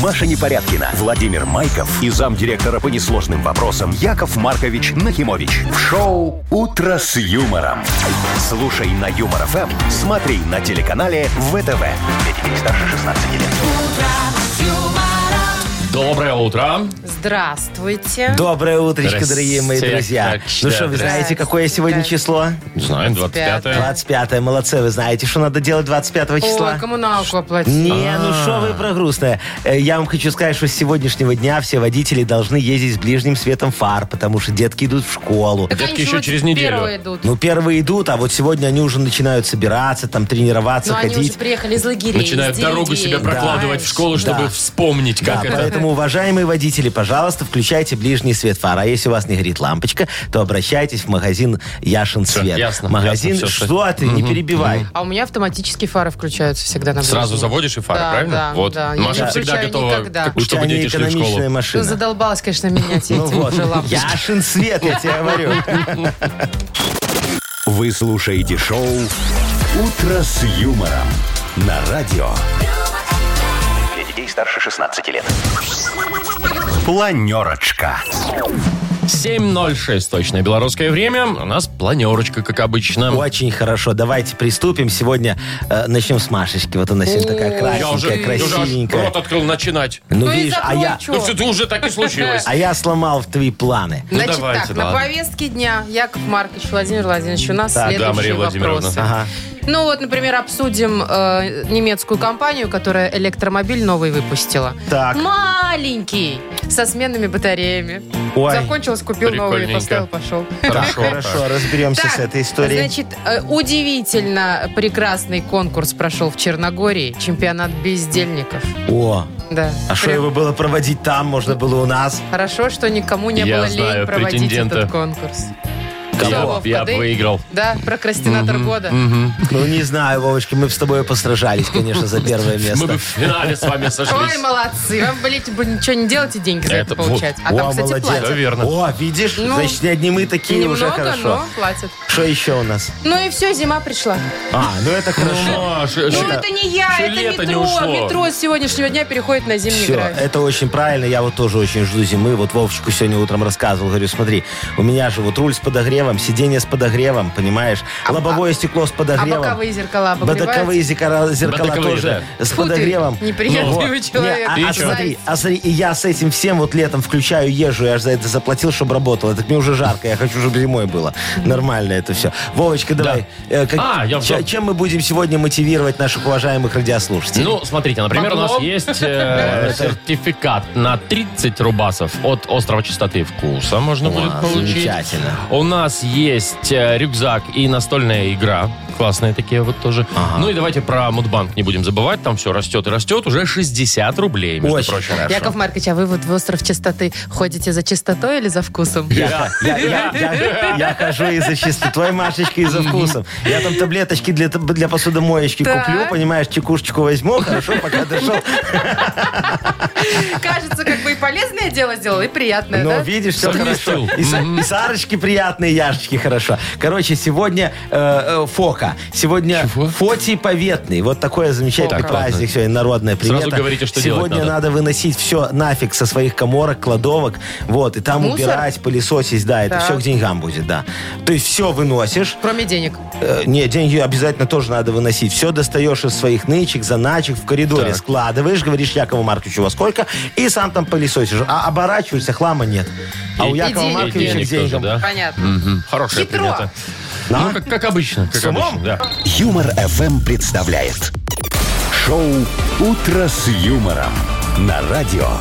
Маша Непорядкина, Владимир Майков и замдиректора по несложным вопросам Яков Маркович Нахимович. В шоу «Утро с юмором». Слушай на Юмор ФМ, смотри на телеканале ВТВ. Для детей старше 16 лет. Доброе утро. Здравствуйте. Доброе утречко, дорогие мои друзья. Точно. Ну что, вы знаете, какое сегодня число? Знаем, 25-е. 25-е, молодцы. Вы знаете, что надо делать 25 числа? Ой, коммуналку оплатить. Не, ну что вы про грустное. Я вам хочу сказать, что с сегодняшнего дня все водители должны ездить с ближним светом фар, потому что детки идут в школу. Так Детки они еще вроде через неделю. первые идут. Ну, первые идут, а вот сегодня они уже начинают собираться, там, тренироваться, Но они ходить. уже приехали из лагерей. Начинают из дорогу деревень, себе прокладывать в школу, чтобы Да. вспомнить, как Да, это. поэтому, уважаемые водители, пожалуйста, включайте ближний свет фар. А если у вас не горит лампочка, то обращайтесь в магазин Яшин Всё, Свет. ясно, Магазин, ясно, всё, что ты, не перебивай. А у меня автоматически фары включаются всегда на Сразу ближнем. заводишь и фары, Да, правильно? да, Вот. да. Я Маша не всегда включаю готова, никогда. У тебя чтобы дети шли в неэкономичная школу. Ну, машина. задолбалась, конечно, менять эти Ну вот, уже лампочки. Яшин Свет, я тебе говорю. Вы слушаете шоу «Утро с юмором» на радио. Для детей старше 16 лет. Планерочка. 7:06 точное белорусское время. У нас планерочка, как обычно. Очень хорошо. Давайте приступим. Сегодня начнем с Машечки. Вот она сегодня такая Я уже красненькая, аж красивенькая. рот открыл начинать. Ну, Ну и видишь, закрой, чё? Ну, все, уже так и случилось. а я сломал твои планы. Значит давайте, так, да. на повестке дня Яков Маркович, Владимир Владимирович, у нас Так, да, следующие Мария Владимировна. вопросы. Ага. Ну вот, например, обсудим немецкую компанию, которая электромобиль новый выпустила. Так. Маленький, со сменными батареями. Ой. Закончилось, купил новый, Прикольненько. поставил, пошел. Хорошо. Хорошо, разберемся Так, с этой историей. значит, удивительно прекрасный конкурс прошел в Черногории. Чемпионат бездельников. О, Да. а что Прям его было проводить там, можно было у нас? Хорошо, что никому не Я было знаю лень проводить претендента. этот конкурс. Кого? Я выиграл. Да, прокрастинатор года. Ну, не знаю, Вовочка, мы бы с тобой посражались, конечно, за первое Мы место. бы в финале с вами Ой, сошлись. молодцы. Вам, блядь, бы ничего не делать и деньги за это Это вот. получать. А там, О, кстати, молодец. платят. Все верно. О, видишь? Ну, Значит, не одни мы такие, уже Немного, хорошо. но платят. Что еще у нас? Ну и все, зима пришла. А, ну это хорошо. Маша, Ну что- это не я, что это лето не метро. ушло. Метро с сегодняшнего дня переходит на зимний Все, график. это очень правильно. Я вот тоже очень жду зимы. Вот Вовчику сегодня утром рассказывал. Говорю, смотри, у меня же вот руль с подогревом, сиденье с подогревом, понимаешь? Лобовое стекло с А подогревом. боковые зеркала обогреваются? Боковые зеркала Боковые, тоже с Фу ты, подогревом. неприятный Ну, вы вот. человек. Не, И чё? смотри, и я с этим всем вот летом включаю, езжу, я же за это заплатил, чтобы работало. Так мне уже жарко, я хочу, чтобы зимой было. Нормально это все. Вовочка, давай. Чем мы будем сегодня мотивировать наших уважаемых радиослушателей? Ну, смотрите, например, у нас Баблом. есть сертификат на 30 рубасов от острова чистоты и вкуса. Можно будет получить. Замечательно. У нас есть рюкзак и настольная игра. Классные такие вот тоже. Ну и давайте про Мудбанк не будем забывать. Там все растет и растет. Уже 60 рублей, между Очень прочим. хорошо. Яков Маркович, а вы вот в остров чистоты ходите за чистотой или за вкусом? Я хожу и за чистотой, Машечка, и за вкусом. Я там таблеточки для посудомоечки Так. куплю, понимаешь, чекушечку возьму, хорошо, пока дошел. Кажется, как бы и полезное дело сделал, и приятное, Но да? видишь, все Совместил. хорошо. И Сарочки приятные, Яшечки хорошо. Короче, сегодня Фока. Сегодня Чего? Фотий Поветный. Вот такой замечательный Фока. праздник сегодня, народная примета. Сразу говорите, что делать Сегодня надо. надо выносить все нафиг со своих каморок, кладовок. Вот, и там Мусор? убирать, пылесосить. Да, это Так. все к деньгам будет, да. То есть все выносишь. Кроме денег. Не, деньги обязательно тоже надо выносить. Все достаешь из своих нычек, заначек, в коридоре Так. складываешь, говоришь Якову Марковичу во сколько, и сам там пылесосишь. А оборачиваешься, хлама нет. А у И Якова денег Марковича денег к деньгам. тоже, да? Понятно. Мгм. Хорошая Хитро. примета. Да? Ну, как обычно. Как С умом? обычно, да. Юмор ФМ представляет шоу «Утро с юмором» на радио.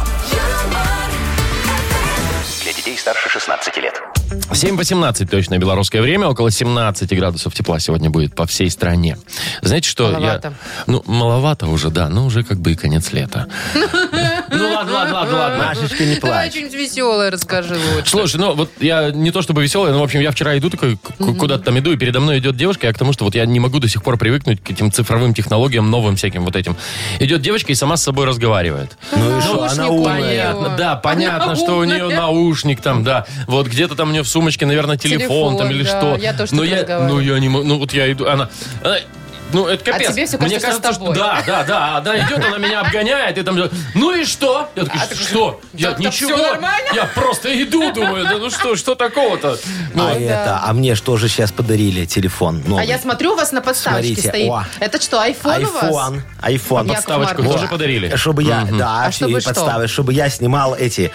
Для детей старше 16 лет. 7:18 точное белорусское время. Около 17 градусов тепла сегодня будет по всей стране. Знаете что? Маловато. Маловато уже, да. Но уже как бы и конец лета. Ну ладно. Машечка, не Давай плачь. что-нибудь веселое расскажи лучше. Слушай, вот я не то чтобы веселый, но, в общем, я вчера иду такой, куда-то там иду, и передо мной идет девушка, я к тому, что вот я не могу до сих пор привыкнуть к этим цифровым технологиям, новым всяким вот этим. Идет девочка и сама с собой разговаривает. Ну и что, она Наушник умная. Понятно, да, понятно, Она что у нее умная. наушник там, да. Вот где-то там у нее в сумочке, наверное, телефон там или да, что. я тоже но так я, разговариваю. я не могу, вот я иду, она Ну, это капец. А тебе все кажется, Мне кажется, с тобой. что да. Она идет, она меня обгоняет, и там, ну и что? Я такой, что? Я так ничего. всё нормально? Я просто иду, думаю, да ну что такого-то? А мне что же сейчас подарили? Телефон новый. А я смотрю, у вас на подставочке Смотрите, стоит. о. Это что, айфон у вас? Айфон. Яков Подставочку Маркович. тоже подарили? Чтобы я, А чтобы что? подставы, чтобы я снимал эти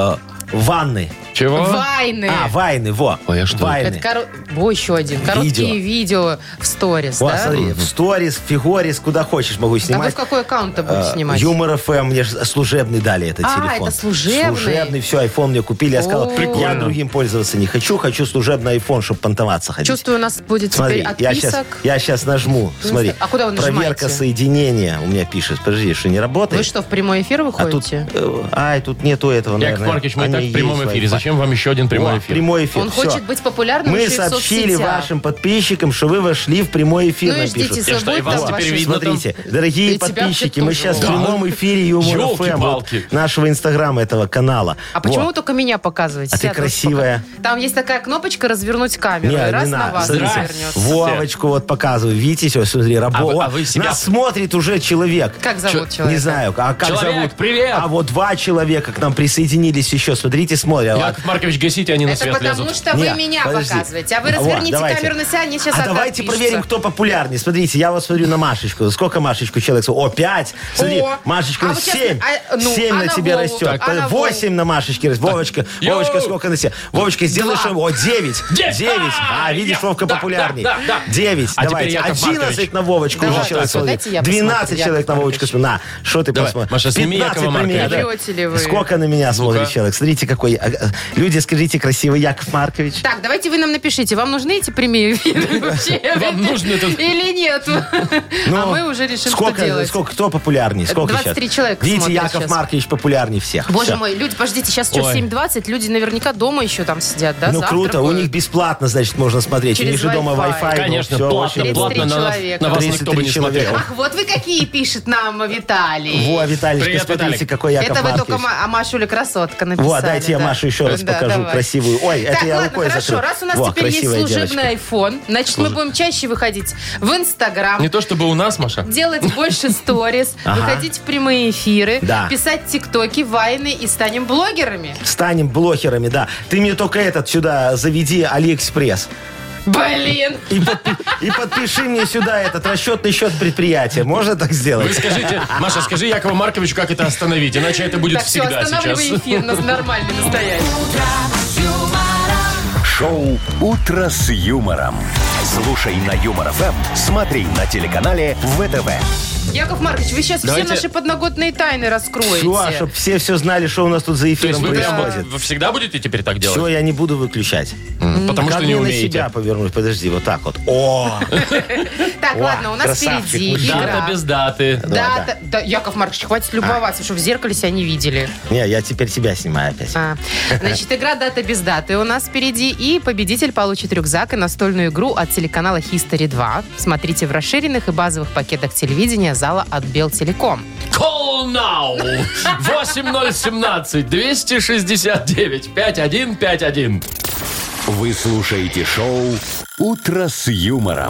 ванны. Чего? Вайны. Вайны, во. Ой, а что Вайны. Еще один. Короткие видео в сторис, Вот, да? смотри, в сторис, в фигорис, куда хочешь могу А вы снимать. в какой аккаунт будете снимать? Юмор ФМ, мне же служебный дали этот телефон. это служебный? Служебный, все, айфон мне купили. Я сказал, О. я Прикольно. другим пользоваться не хочу, хочу служебный айфон, чтобы понтоваться ходить. Чувствую, у нас будет Смотри, теперь отписок. я сейчас нажму. Смотри, А куда вы проверка нажимаете? соединения у меня пишет. Подожди, что не работает? Вы что, в прямой эфир А тут, выходите? тут нету этого, Яков наверное. Маркович, мы и так Они в прямом есть эфире. Wi-Fi. Зачем вам еще один прямой О, эфир? прямой эфир. Он всё. хочет быть популярным Мы еще и в сообщили соцсетях. вашим подписчикам, что вы вошли в прямой эфир, Ну и нам ждите, пишут. если И что, и будет вас там теперь ваши- видно? Смотрите, дорогие И тебя подписчики, вообще мы тоже сейчас в вот. прямом эфире Юмор ФМ, вот, Ёлки-палки. нашего инстаграма этого канала. А почему Во. вы только меня показываете? А ты Сядь, вот красивая. пока. Там есть такая кнопочка «Развернуть камеру». Не, и раз не на надо. вас Смотрите, развернется. Вовочку вот показываю. Видите, все, смотри, А вы себя- Нас смотрит уже человек. Как зовут человека? Не знаю, а как Человек, зовут? привет! А вот 2 человека к нам присоединились еще. Смотрите, смотрят. Яков Маркович, гасите, они на Это свет потому, лезут. что вы Не, меня подожди. показываете. А вы Вот, разверните давайте. камеру на себя, они сейчас А давайте проверим, кто популярнее. Смотрите, я вот смотрю на Машечку. Сколько Машечку человек? О, 5. Смотри, О, Машечка, а вот сейчас- 7. а, ну, 7 а на на тебе Вову? растет. А на 8 на Машечке растет. Вовочка, Йоу. Вовочка, сколько на тебе? Вовочка, сделай 2. что? О, 9. 9. А, видишь, Вовка Да, популярней. да, да. 9. А теперь Давайте. Яков 11 Маркович. на Вовочку Давайте, уже человек вот смотрит. дайте я 12 посмотрю, человек на Яков Вовочку смотрит. На, что ты Давай, посмотришь? Маша, сними 15 Якова на меня, Марковича. да. Врете ли вы? Сколько на меня смотрит Ну-ка. человек? Смотрите, какой. Люди, скажите, красивый Яков Маркович. Так, давайте вы нам напишите, вам нужны эти прямые эфиры вообще? Вам нужно это- Или нет? А мы уже решим, что делать. Сколько, кто популярнее? Сколько 23 сейчас? человека Видите, смотрят Яков сейчас. Маркович популярнее всех. Боже Всё. мой, люди, подождите, сейчас что, Ой. 7:20, люди наверняка дома еще там сидят, да? Ну круто, у них бесплатно, значит, можно смотреть. У Через них же дома Wi-Fi. Wi-Fi. Конечно, ну, всё, платно, очень платно. 33 На нас, человека. на вас 33 никто бы не смотрел. человека. Ах, вот вы какие пишет нам Виталий. Во, Виталичка, Привет, смотрите, Виталик. какой Яков Это вы Маркович. только Машуля красотка написали. Вот, дайте я да. Машу еще раз Да, покажу давай. красивую. Ой, это Так, я ладно, рукой хорошо. закрыл. Раз у нас Во, теперь есть красивая служебный девочка. iPhone, значит, мы будем чаще выходить в Инстаграм, Не то чтобы у нас, Маша. делать больше сторис, Ага. выходить в прямые эфиры, Да. писать тиктоки, вайны и станем блогерами. Станем блогерами, да. Ты мне только этот сюда заведи, Алиэкспресс. Блин! И подпиши мне сюда этот расчетный счет предприятия. Можно так Вы сделать? скажите, Маша, скажи Якову Марковичу, как это остановить, иначе это будет Так, все, всегда останавливай сейчас. эфир, нас нормальный, настоящий. Шоу «Утро с юмором». Слушай на Юмор ФМ, смотри на телеканале ВТВ. Яков Маркович, вы сейчас Давайте- все наши подноготные тайны раскроете. Все, чтобы все знали, что у нас тут за То есть эфиром вы прямо происходит. вы всегда будете теперь так Все, делать? я не буду выключать. Потому Как что не мне на себя умеете. повернуть? Подожди, вот так вот. О! Так, О, ладно, у нас красавчик, впереди мужчина. игра. Дата без даты. Да, Яков Маркович, хватит любоваться, что в зеркале себя не видели. Не, я теперь тебя снимаю опять. Значит, игра «Дата без даты» у нас впереди. И победитель получит рюкзак и настольную игру от телеканала History 2. Смотрите в расширенных и базовых пакетах телевидения зала от Белтелеком. Call now! 8017-269-5151. Вы слушаете шоу «Утро с юмором».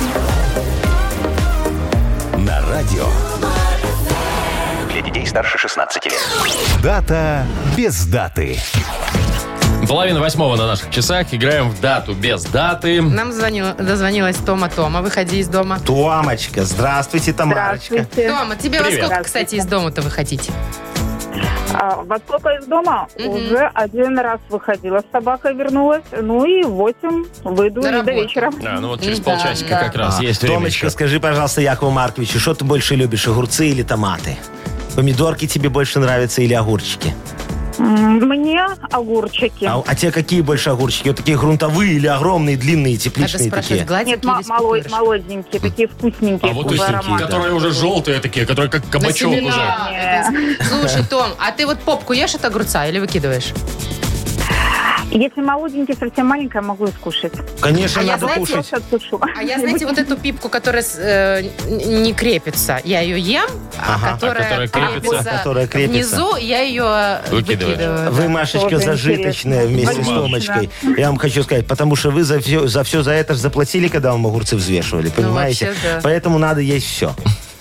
На радио. Для детей старше 16 лет. Дата без даты. 7:30 на наших часах. Играем в дату без даты. Нам дозвонилась Тома. Тома, выходи из дома. Томочка, здравствуйте, Тамарочка. Тома, тебе во Привет. сколько, кстати, из дома-то выходить? Во сколько из дома? Уже один раз выходила с собакой, вернулась. Ну и в 8 выйду На и до работу. вечера. Ну вот через Да, полчасика да. как раз есть время Томочка, еще. скажи, пожалуйста, Якову Марковичу, что ты больше любишь, огурцы или томаты? Помидорки тебе больше нравятся или огурчики? Мне огурчики. А те какие больше огурчики? Вот такие грунтовые или огромные, длинные, Надо тепличные спрашивать, такие? гладенькие Нет, или с пупырышком? молоденькие, такие вкусненькие, А вот вкусные, эти, ароматные. которые уже желтые такие, которые как На кабачок уже. семена. Слушай, Том, а ты вот попку ешь от огурца или выкидываешь? Если молоденький, совсем маленькая, могу и скушать. Конечно, надо кушать. А я, знаете, вот эту пипку, которая не крепится, я ее ем, которая крепится внизу, я ее выкидываю. Вы, Машечка, зажиточная вместе с Томочкой. Я вам хочу сказать, потому что вы за все за это же заплатили, когда вам огурцы взвешивали, понимаете? вообще, да. Поэтому надо есть все.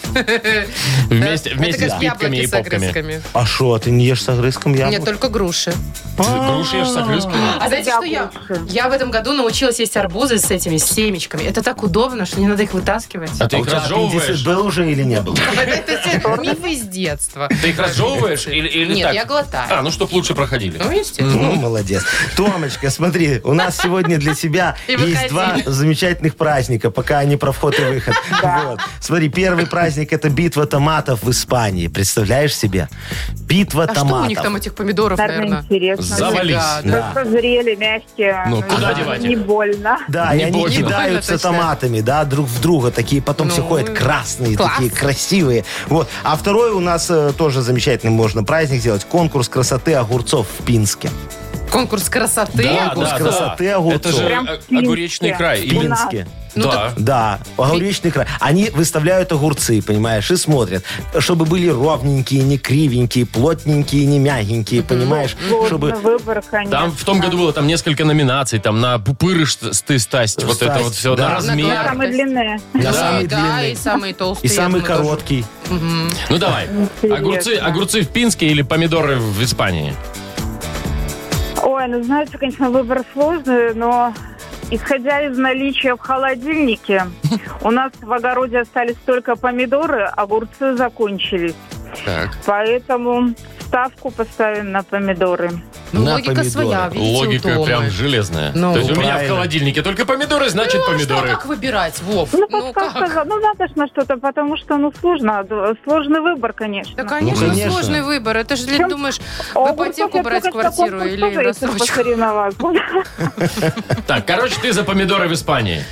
Вместе с пипками и попками. А что, ты не ешь с огрызком яблок? Нет, только груши. Груши ешь с огрызками? А знаете, что я в этом году научилась есть арбузы с этими семечками. Это так удобно, что не надо их вытаскивать. А ты их разжевываешь? Был уже или не был? Это миф из детства. Ты их разжевываешь или так? Нет, я глотаю. Ну, чтоб лучше проходили. Ну, естественно. Ну, молодец. Томочка, смотри, у нас сегодня для тебя есть 2 замечательных праздника, пока они про вход и выход. Вот. Смотри, первый праздник — это битва томатов в Испании. Представляешь себе? Битва томатов. А что у них там этих помидоров, наверное? Интересно. Завались. Да. Созрели, мягкие. Ну, куда девать Не их? больно. Да, и они кидаются томатами, да, друг в друга. Такие потом все ходят красные, такие красивые. Вот. А второй у нас тоже замечательный можно праздник сделать. Конкурс красоты огурцов в Пинске. Конкурс красоты? Конкурс красоты огурцов. Это же огуречный край. В Пинске. Да. Да, огуречный край. Они выставляют огурцы, понимаешь, и смотрят, чтобы были ровненькие, не кривенькие, плотненькие, не мягенькие, понимаешь? Чтобы... Выбор, конечно. Там в том году было там несколько номинаций, там на пупырыш стасть, вот это вот все, да. на размер. Самые длинные. На самый Да, длинный. и самые толстые. И самый короткий. Ну давай, огурцы в Пинске или помидоры в Испании? Ой, ну знаете, конечно, выбор сложный, но исходя из наличия в холодильнике, у нас в огороде остались только помидоры, огурцы закончились. Так. Поэтому ставку поставим на помидоры. Ну, На логика помидоры. своя, видите, у Логика Томы. прям железная. Ну, То есть у меня в правильно. холодильнике только помидоры, значит А помидоры. что, как выбирать, Вов? Ну, Ну, как? надо ж на что-то, потому что, сложно. Сложный выбор, конечно. Да, конечно, конечно. сложный выбор. Это же, Причем думаешь, в огурцов ипотеку я брать только что квартиру конкурс или тоже, в если рассрочку? посоревноваться. Так, короче, ты за помидоры в Испании.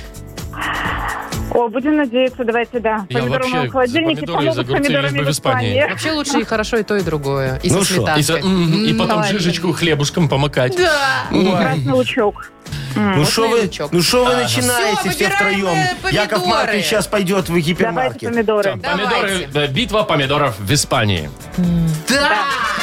О, будем надеяться, давайте, да. Я Помидоры у вообще нас в холодильнике, за помидоры и за помогут с огурцы помидорами лишь бы в Испании. Вообще лучше и хорошо и то, и другое. И Ну со шо? сметанкой. И потом Давай. жижечку хлебушком помакать. Да. Красный лучок. Ну что вы лучок. начинаете Всё, все выбираем, втроем? помидоры. Яков Маркович сейчас пойдет в Давайте гипермаркет. помидоры. Помидоры, битва помидоров в Испании. Да.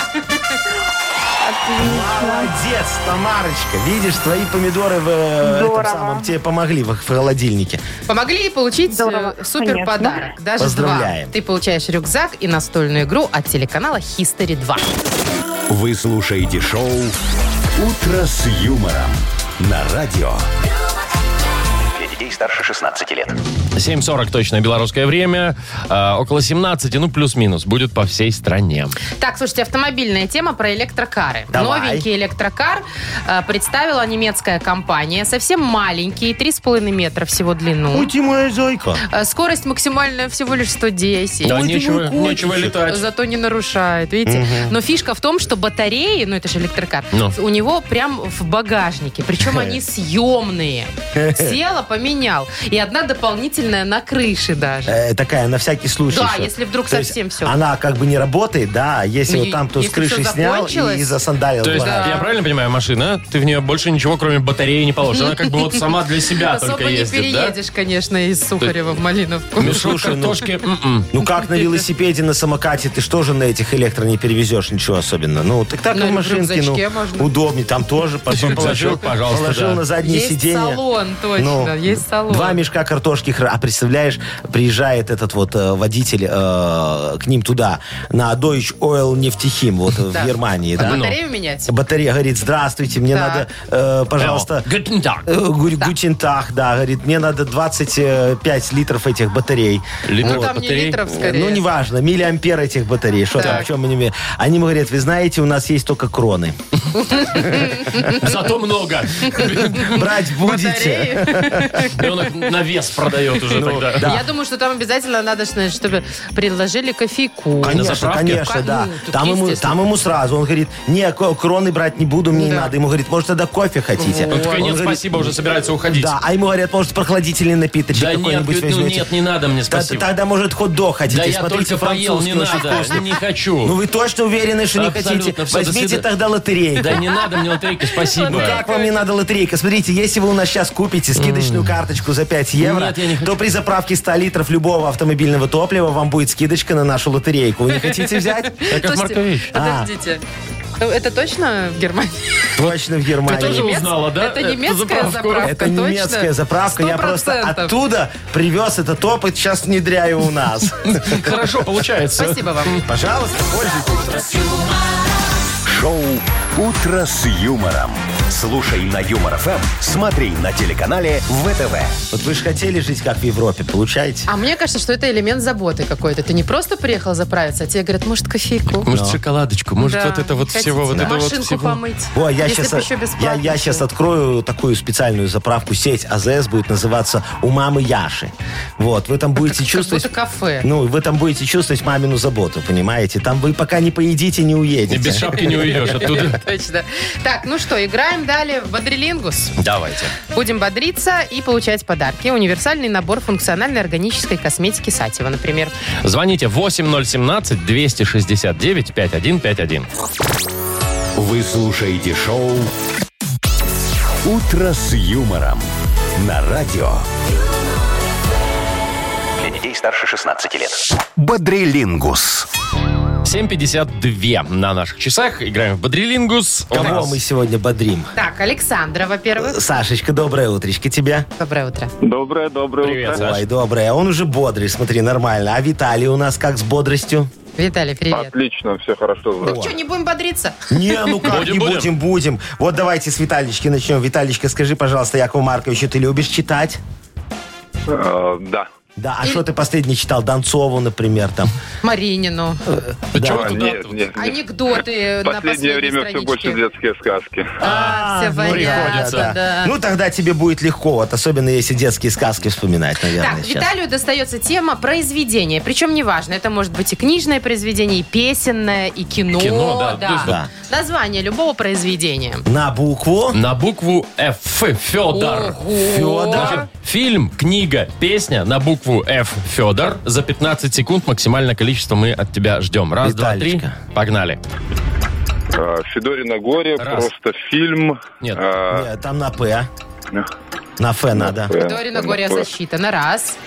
Молодец, Тамарочка. Видишь, твои помидоры тебе помогли в холодильнике. Помогли получить Здорово, супер подарок. Даже Поздравляем. 2. Ты получаешь рюкзак и настольную игру от телеканала History 2. Вы слушаете шоу «Утро с юмором» на радио. Для детей старше 16 лет. 7:40 точное белорусское время. Около 17, ну плюс-минус, будет по всей стране. Так, слушайте, автомобильная тема про электрокары. Давай. Новенький электрокар представила немецкая компания. Совсем маленький, 3,5 метра всего длину. Ой, ты моя зайка. Скорость максимальная всего лишь 110. Да, Ой, нечего, ты мой нечего котичек. летать. Зато не нарушает, видите? Но фишка в том, что батареи, ну это же электрокар, Ну. у него прям в багажнике. Причем они съемные. Села, поменял. И одна дополнительная на крыше даже. Такая, на всякий случай. Да, что. если вдруг То есть совсем всё. Она как бы не работает, да, а если Ну, вот там, то с если крыши всё снял закончилось. и засандалил. То есть, багаж. я правильно понимаю, машина, ты в нее больше ничего, кроме батареи, не положишь. Она как бы вот сама для себя Особо только не ездит, да? переедешь, конечно, из Сухарева в Малиновку. Мешок слушай, картошки. Ну как на велосипеде, на самокате, ты что же на этих электро не перевезешь ничего особенно? Ну, так и Ну, в в машинке, рюкзачке можно. удобнее, там тоже. Потом Рюкзачок, пожалуйста, положил да. на заднее Есть сиденье. салон, точно, есть салон. 2 мешка картошки. А представляешь, приезжает этот вот водитель к ним туда, на Deutsche Oil нефтехим, вот в Германии, А да? батарею менять? Батарея говорит: здравствуйте, мне Так. надо, пожалуйста... Guten Tag. Гутентах, да, говорит, мне надо 25 литров этих батарей. Литр Ну, там не батарей? литров, скорее. Ну, неважно, миллиампер этих батарей. Что там, Так. в чем они? Они ему говорят: вы знаете, у нас есть только кроны. Зато много. Брать будете? Батареи? И он их на вес продает уже тогда. Да. Я думаю, что там обязательно надо, чтобы предложили кофейку. Конечно, конечно, да. Ну, Там ему сразу, он говорит, не, кроны брать не буду, мне не надо. Ему говорит, может, тогда кофе хотите? Он такой, нет, говорит, спасибо, уже собирается уходить. Да, а ему говорят, может, прохладительный напиточек Да какой-нибудь нет, возьмете? нет, не надо мне, спасибо. Тогда, может, хот-дог хотите? Да я Смотрите, только поел, не французский, очень надо, вкусный. не хочу. Ну вы точно уверены, что не Абсолютно, хотите? всё, до Возьмите свидания. тогда лотерейку. Да не надо мне лотерейка, спасибо. Ну как вам не надо лотерейка? Смотрите, если вы у нас сейчас купите скидочную карточку за 5 евро, Нет, я не хочу. то при заправке 100 литров любого автомобильного топлива вам будет скидочка на нашу лотерейку. Вы не хотите взять? Яков Маркович. Подождите. Это точно в Германии? Точно в Германии. Ты тоже узнала, да? Это немецкая заправку? заправка? Это точно? немецкая заправка. Я просто 100%. оттуда привез этот опыт, сейчас внедряю у нас. Хорошо, получается. Спасибо вам. Пожалуйста, пользуйтесь. Шоу «Утро с юмором». Слушай на Юмор ФМ, смотри на телеканале ВТВ. Вот вы же хотели жить как в Европе, получаете? А мне кажется, что это элемент заботы какой-то. Ты не просто приехал заправиться, а тебе говорят, может, кофейку? Может, шоколадочку, может, Да. вот это вот Хотите? всего, вот это вот Машинку всего. помыть. Ой, я Если сейчас, бы еще бесплатно я сейчас было. открою такую специальную заправку, сеть АЗС будет называться «У мамы Яши». Вот, вы там будете чувствовать... Как будто кафе. Ну, вы там будете чувствовать мамину заботу, понимаете? Там вы пока не поедите, не И уедете. без шапки не уйдешь оттуда. Точно. Так, ну что, играем далее в Бодрилингус. Давайте. Будем бодриться и получать подарки. Универсальный набор функциональной органической косметики Сатева, например. Звоните 8017-269-5151. Вы слушаете шоу «Утро с юмором» на радио. Для детей старше 16 лет. Бодрилингус. 7:52 на наших часах. Играем в Бодрилингус. У Кого нас мы сегодня бодрим? Так, Александра, во-первых. Сашечка, доброе утречко тебе. Доброе утро. Доброе Привет, утро. Саш. Ой, доброе. Он уже бодрый, смотри, нормально. А Виталий у нас как с бодростью? Виталий, привет. Отлично, все хорошо. Так что, не будем бодриться? Не, ну как, Будем, не будем. будем. Вот давайте с Виталички начнем. Виталичка, скажи, пожалуйста, Якову Марковичу, ты любишь читать? Да. Да, а что ты последний читал? Донцову, например, там. Маринину. Да чего А, вы туда? нет. Анекдоты на Последнее время все больше детские сказки. Все ну, понятно, приходится. да. Ну, тогда тебе будет легко, вот, особенно если детские сказки вспоминать, наверное, Так, сейчас. Виталию достается тема произведения. Причем неважно, это может быть и книжное произведение, и песенное, и кино. Кино, да. То есть Да. Название любого произведения. На букву. На букву Ф. Федор. Ого. Значит, фильм, книга, песня на букву Ф. Федор. За 15 секунд максимальное количество мы от тебя ждем. Раз, два, три. Виталичка. Погнали. Федорино горе, Раз. просто фильм. Нет. Нет, там на П. На Ф надо. Дорина Горе защита. На раз.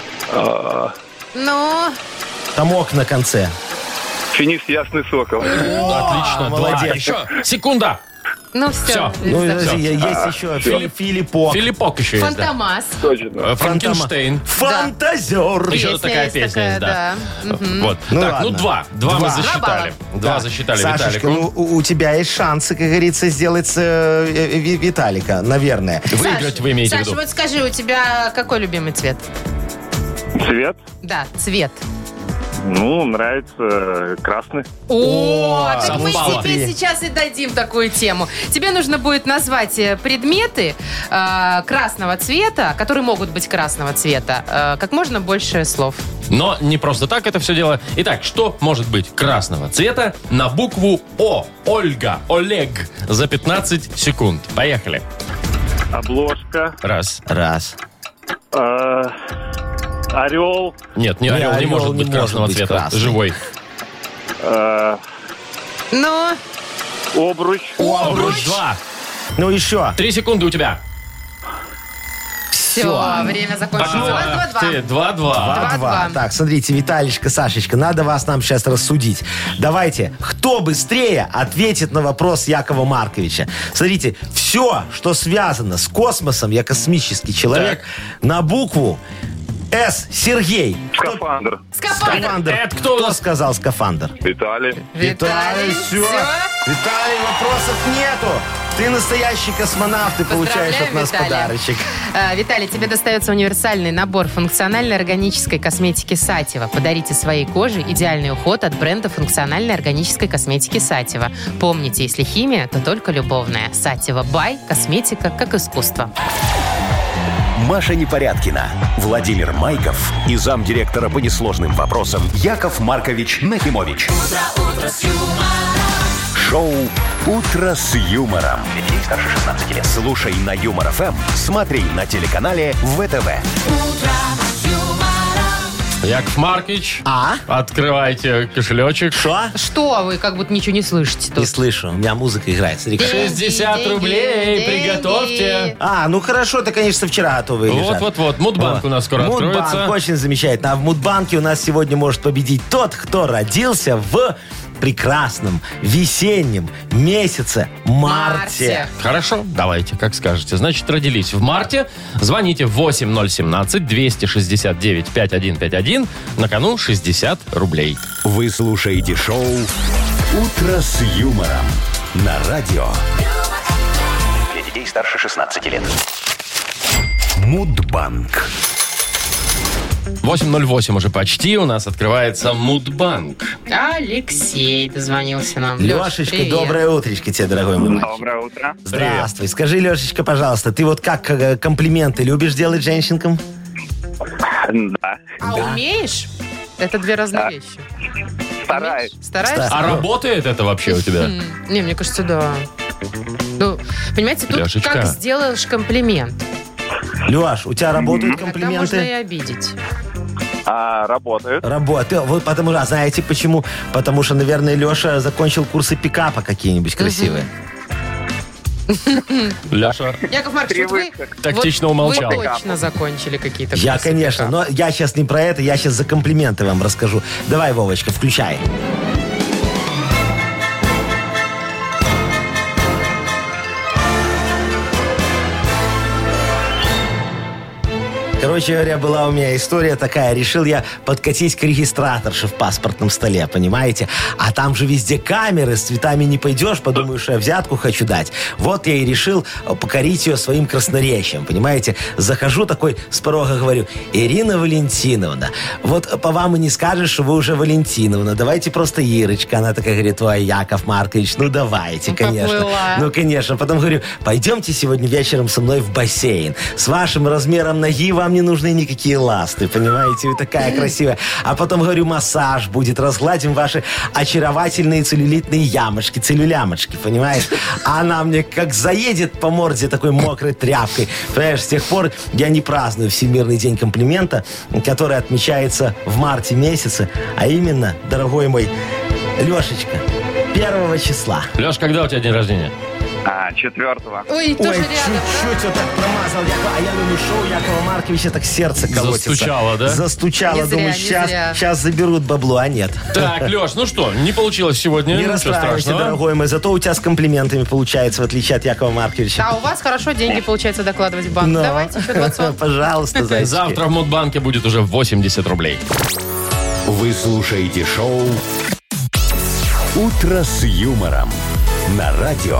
Ну, Там ок на конце. Финис Ясный Сокол. Отлично. молодец. Два. Еще. Секунда. ну все. Всё. Ну, Всё. есть еще Филиппок. Филиппок еще есть, да. Фантомас. Точно. Франкенштейн. Фантазер. Еще Есть, такая есть песня есть, такая, да. Вот. Ну Так, ладно. ну два. Два мы засчитали. Два Два засчитали Сашечка, Виталику. ну, у тебя есть шансы, как говорится, сделать Виталика, наверное. Выиграть вы имеете в Саша, виду. вот скажи, у тебя какой любимый цвет? Цвет? Да, цвет. Ну, нравится красный. О, так мы совпало. тебе сейчас и дадим такую тему. Тебе нужно будет назвать предметы красного цвета, которые могут быть красного цвета, как можно больше слов. Но не просто так это все дело. Итак, что может быть красного цвета на букву О? Ольга, Олег. За 15 секунд. Поехали. Обложка. Раз. Раз. Орел. Нет, не Не, орел не орел может не быть может красного быть цвета. красный. Живой. Ну, Обруч. Обруч 2. Ну еще. 3 секунды у тебя. все, время закончилось. У вас 2-2. Ты 2-2. 2-2. Так, смотрите, Виталичка, Сашечка, надо вас нам сейчас рассудить. Давайте, кто быстрее ответит на вопрос Якова Марковича. Смотрите, все, что связано с космосом, я космический человек, на букву С. Сергей. Скафандр. Скафандр. Это кто у нас? сказал скафандр? Виталий. Виталий, все. всё. Виталий, вопросов нету. Ты настоящий космонавт, ты получаешь от Поздравляем, нас Виталий. подарочек. Виталий, тебе достается универсальный набор функциональной органической косметики Сатева. Подарите своей коже идеальный уход от бренда функциональной органической косметики Сатева. Помните, если химия, то только любовная. Сатева Бай. Косметика как искусство. Маша Непорядкина, Владимир Майков и замдиректора по несложным вопросам Яков Маркович Нахимович. Шоу «Утро с юмором». Для детей старше 16 лет. Слушай на Юмор ФМ, смотри на телеканале ВТВ. Яков Маркович, открывайте кошелечек. Что вы, как будто ничего не слышите тут? Не слышу, у меня музыка играет. Смотри, 60 рублей, приготовьте. ну хорошо, это, конечно, вчера готовые лежат. Вот. Мудбанк у нас скоро откроется. Мудбанк, очень замечательно. А в Мудбанке у нас сегодня может победить тот, кто родился в прекрасном весеннем месяце марте. Хорошо, давайте, как скажете. Значит, родились в марте. Звоните 8017-269-5151. На кону 60 рублей. Вы слушаете шоу «Утро с юмором» на радио. Для детей старше 16 лет. Мудбанк. 8:08 уже почти. У нас открывается Мудбанк. Алексей дозвонился нам. Лешечка, привет. доброе утречко тебе, дорогой мой мальчик. Доброе утро. Здравствуй. Скажи, Лешечка, пожалуйста, ты вот как комплименты любишь делать женщинам? Да. Умеешь? Это две разные вещи. Стараюсь. Стараешься? А работает это вообще у тебя? Не, мне кажется, да. Ну, понимаете, тут Лешечка. как сделаешь комплимент. Леш, у тебя работают Тогда можно и комплименты? обидеть. Работают. Работают. Вот потому что, знаете почему? Потому что, наверное, Леша закончил курсы пикапа какие-нибудь красивые. Ляша Яков Маркович, вот вы, тактично умолчал. Вы точно закончили какие-то Я, курсы конечно, пикапа. но я сейчас не про это, я сейчас за комплименты вам расскажу. Давай, Вовочка, включай. Короче говоря, была у меня история такая. Решил я подкатить к регистраторше в паспортном столе, понимаете? А там же везде камеры, с цветами не пойдешь, подумаешь, что я взятку хочу дать. Вот я и решил покорить ее своим красноречием, понимаете? Захожу такой с порога, говорю: Ирина Валентиновна, вот по вам и не скажешь, что вы уже Валентиновна. Давайте просто Ирочка. Она такая говорит: ой, Яков Маркович, ну давайте, конечно. Поплыла. Ну, конечно. Потом говорю: пойдемте сегодня вечером со мной в бассейн. С вашим размером ноги вам не нужны никакие ласты, понимаете? Вы такая красивая. А потом говорю: массаж будет, разгладим ваши очаровательные целлюлитные ямочки, целлюлямочки, понимаешь? А она мне как заедет по морде такой мокрой тряпкой. Понимаешь, с тех пор я не праздную Всемирный день комплимента, который отмечается в марте месяце, а именно, дорогой мой Лешечка, 1 числа. Леш, когда у тебя день рождения? 4-го. Ой, тоже Ой, рядом. чуть-чуть вот так промазал. А я думаю, шоу Якова Марковича так сердце колотится. Застучало, да? Застучало. Не зря, Думаю, не зря. сейчас заберут бабло, а нет. Так, Леш, ну что, не получилось сегодня. Не Ничего расстраивайся, страшного. дорогой мой. Зато у тебя с комплиментами получается, в отличие от Якова Марковича. А у вас хорошо деньги получается докладывать в банк. Но. Давайте еще 20. Пожалуйста, зайчики. Завтра в Мудбанке будет уже 80 рублей. Вы слушаете шоу «Утро с юмором» на радио.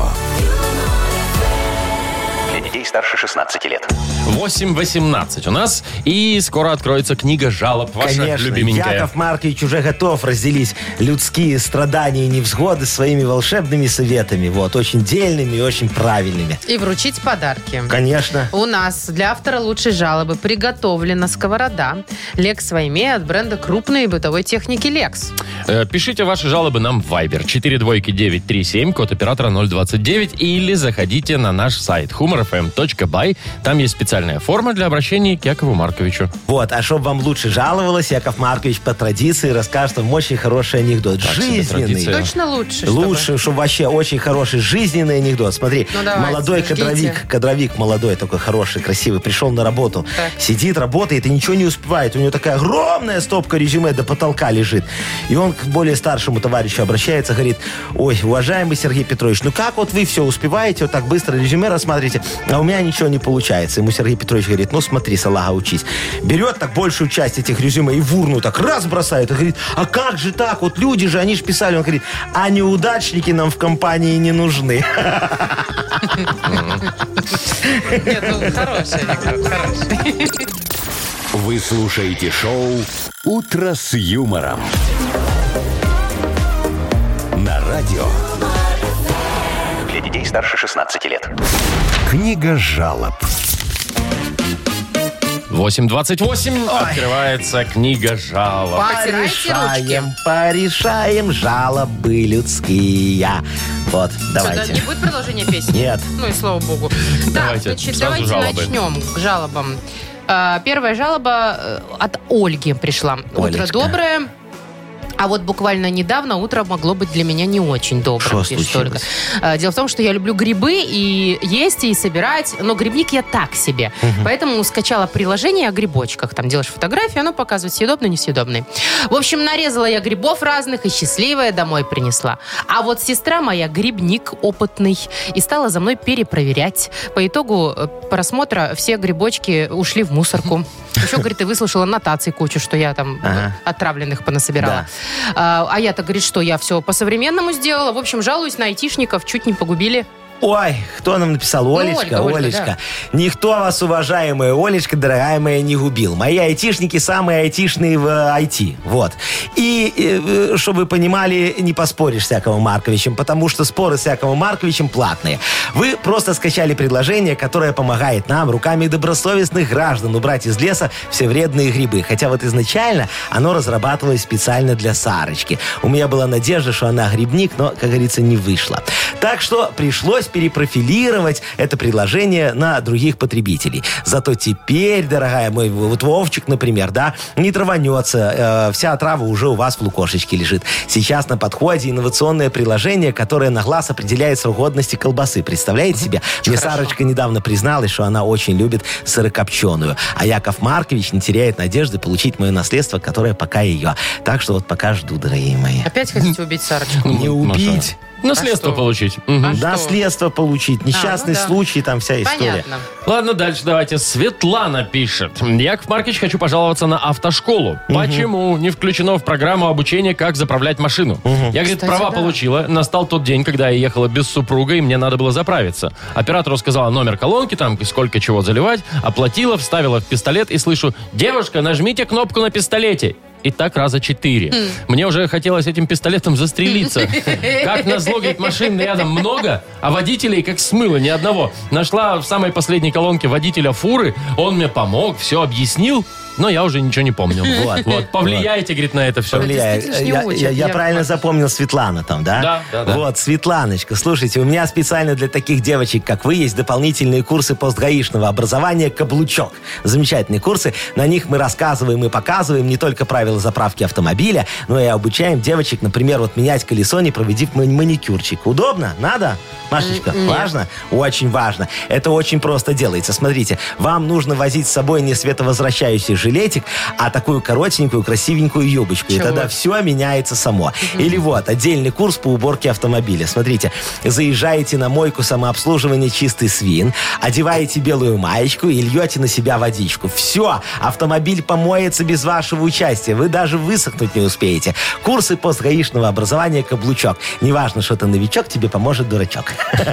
Для детей старше 16 лет. 8:18 у нас. И скоро откроется книга жалоб. Ваша Конечно, любименькая. Яков Маркович уже готов разделить людские страдания и невзгоды своими волшебными советами. Вот, очень дельными и очень правильными. И вручить подарки. Конечно. У нас для автора лучшей жалобы приготовлена сковорода Lex Вайме от бренда крупной бытовой техники Lex. Пишите ваши жалобы нам в Viber 42937, код оператора 029, или заходите на наш сайт humorfm.by. Там есть специальная форма для обращения к Якову Марковичу. Вот, а чтобы вам лучше жаловалось, Яков Маркович по традиции расскажет вам очень хороший анекдот. Так себе Жизненный. традиция. Точно лучше, чтобы- Лучше, чтобы вообще очень хороший жизненный анекдот. Смотри, Ну, давайте, молодой жгите. кадровик молодой, такой хороший, красивый, пришел на работу, Так. сидит, работает и ничего не успевает. У него такая огромная стопка резюме до потолка лежит. И он к более старшему товарищу обращается, говорит: ой, уважаемый Сергей Петрович, ну как вот вы все успеваете, вот так быстро резюме рассматриваете, а у меня ничего не получается. Ему Сергей Петрович говорит: ну смотри, салага, учись. Берет так большую часть этих резюме и в урну так раз бросает. И говорит: а как же так? Вот люди же, они же писали. Он говорит: а неудачники нам в компании не нужны. Нет, ну, хороший анекдот, хороший. Вы слушаете шоу «Утро с юмором» на радио. Для детей старше 16 лет. Книга жалоб. 8:28. Открывается книга жалоб. Порешаем жалобы людские. Вот, давайте. Не будет продолжения песни? Нет. Ну и слава богу. Так, значит, давайте начнем к жалобам. Первая жалоба от Ольги пришла. Утро доброе. А вот буквально недавно утро могло быть для меня не очень добрым. Что случилось? Дело в том, что я люблю грибы и есть, и собирать, но грибник я так себе. Поэтому скачала приложение о грибочках. Там делаешь фотографию, оно показывает съедобный, несъедобный. В общем, нарезала я грибов разных и счастливая домой принесла. А вот сестра моя грибник опытный и стала за мной перепроверять. По итогу просмотра все грибочки ушли в мусорку. Еще, говорит, и выслушала нотации кучу, что я там отравленных понасобирала. Да. А я-то, говорит, что я все по-современному сделала. В общем, жалуюсь на айтишников, чуть не погубили. Ой, кто нам написал? Олечка, Олечка. Да. Никто вас, уважаемая Олечка, дорогая моя, не губил. Мои айтишники самые айтишные в IT. Вот. И, чтобы вы понимали, не поспоришь с Яковом Марковичем, потому что споры с Яковом Марковичем платные. Вы просто скачали предложение, которое помогает нам руками добросовестных граждан убрать из леса все вредные грибы. Хотя вот изначально оно разрабатывалось специально для Сарочки. У меня была надежда, что она грибник, но, как говорится, не вышло. Так что пришлось перепрофилировать это предложение на других потребителей. Зато теперь, дорогая мой, вот Вовчик, например, да, не траванется, вся отрава уже у вас в лукошечке лежит. Сейчас на подходе инновационное приложение, которое на глаз определяет срок годности колбасы. Представляете себе? Мне Сарочка недавно призналась, что она очень любит сырокопченую. А Яков Маркович не теряет надежды получить мое наследство, которое пока ее. Так что вот пока жду, дорогие мои. Опять хотите убить Сарочку? Не убить. Наследство получить. Наследство получить. Несчастный случай, там вся история. Понятно. Ладно, дальше давайте. Светлана пишет. Яков Маркович, хочу пожаловаться на автошколу. Почему не включено в программу обучения, как заправлять машину? Я, говорит, права получила. Настал тот день, когда я ехала без супруга, и мне надо было заправиться. Оператору сказала номер колонки, там сколько чего заливать. Оплатила, вставила в пистолет и слышу: девушка, нажмите кнопку на пистолете. И так раза 4. Мне уже хотелось этим пистолетом застрелиться. Как назло, говорит, машин рядом много, а водителей как смыло, ни одного. Нашла в самой последней колонке водителя фуры, он мне помог, все объяснил, но я уже ничего не помню. Вот. Повлияйте, говорит, на это все. Я правильно запомнил Светлана там, да? Да. Вот, Светланочка, слушайте, у меня специально для таких девочек, как вы, есть дополнительные курсы постгаишного образования «Каблучок». Замечательные курсы. На них мы рассказываем и показываем не только правила заправки автомобиля, но и обучаем девочек, например, вот менять колесо, не проведив маникюрчик. Удобно? Надо? Машечка, важно? Очень важно. Это очень просто делается. Смотрите, вам нужно возить с собой не световозвращающий жилетик, а такую коротенькую, красивенькую юбочку. И тогда все меняется само. Или вот, отдельный курс по уборке автомобиля. Смотрите, заезжаете на мойку самообслуживания «Чистый свин», одеваете белую маечку и льете на себя водичку. Все, автомобиль помоется без вашего участия. Вы даже высохнуть не успеете. Курсы постгаишного образования «Каблучок». Неважно, что ты новичок, тебе поможет дурачок.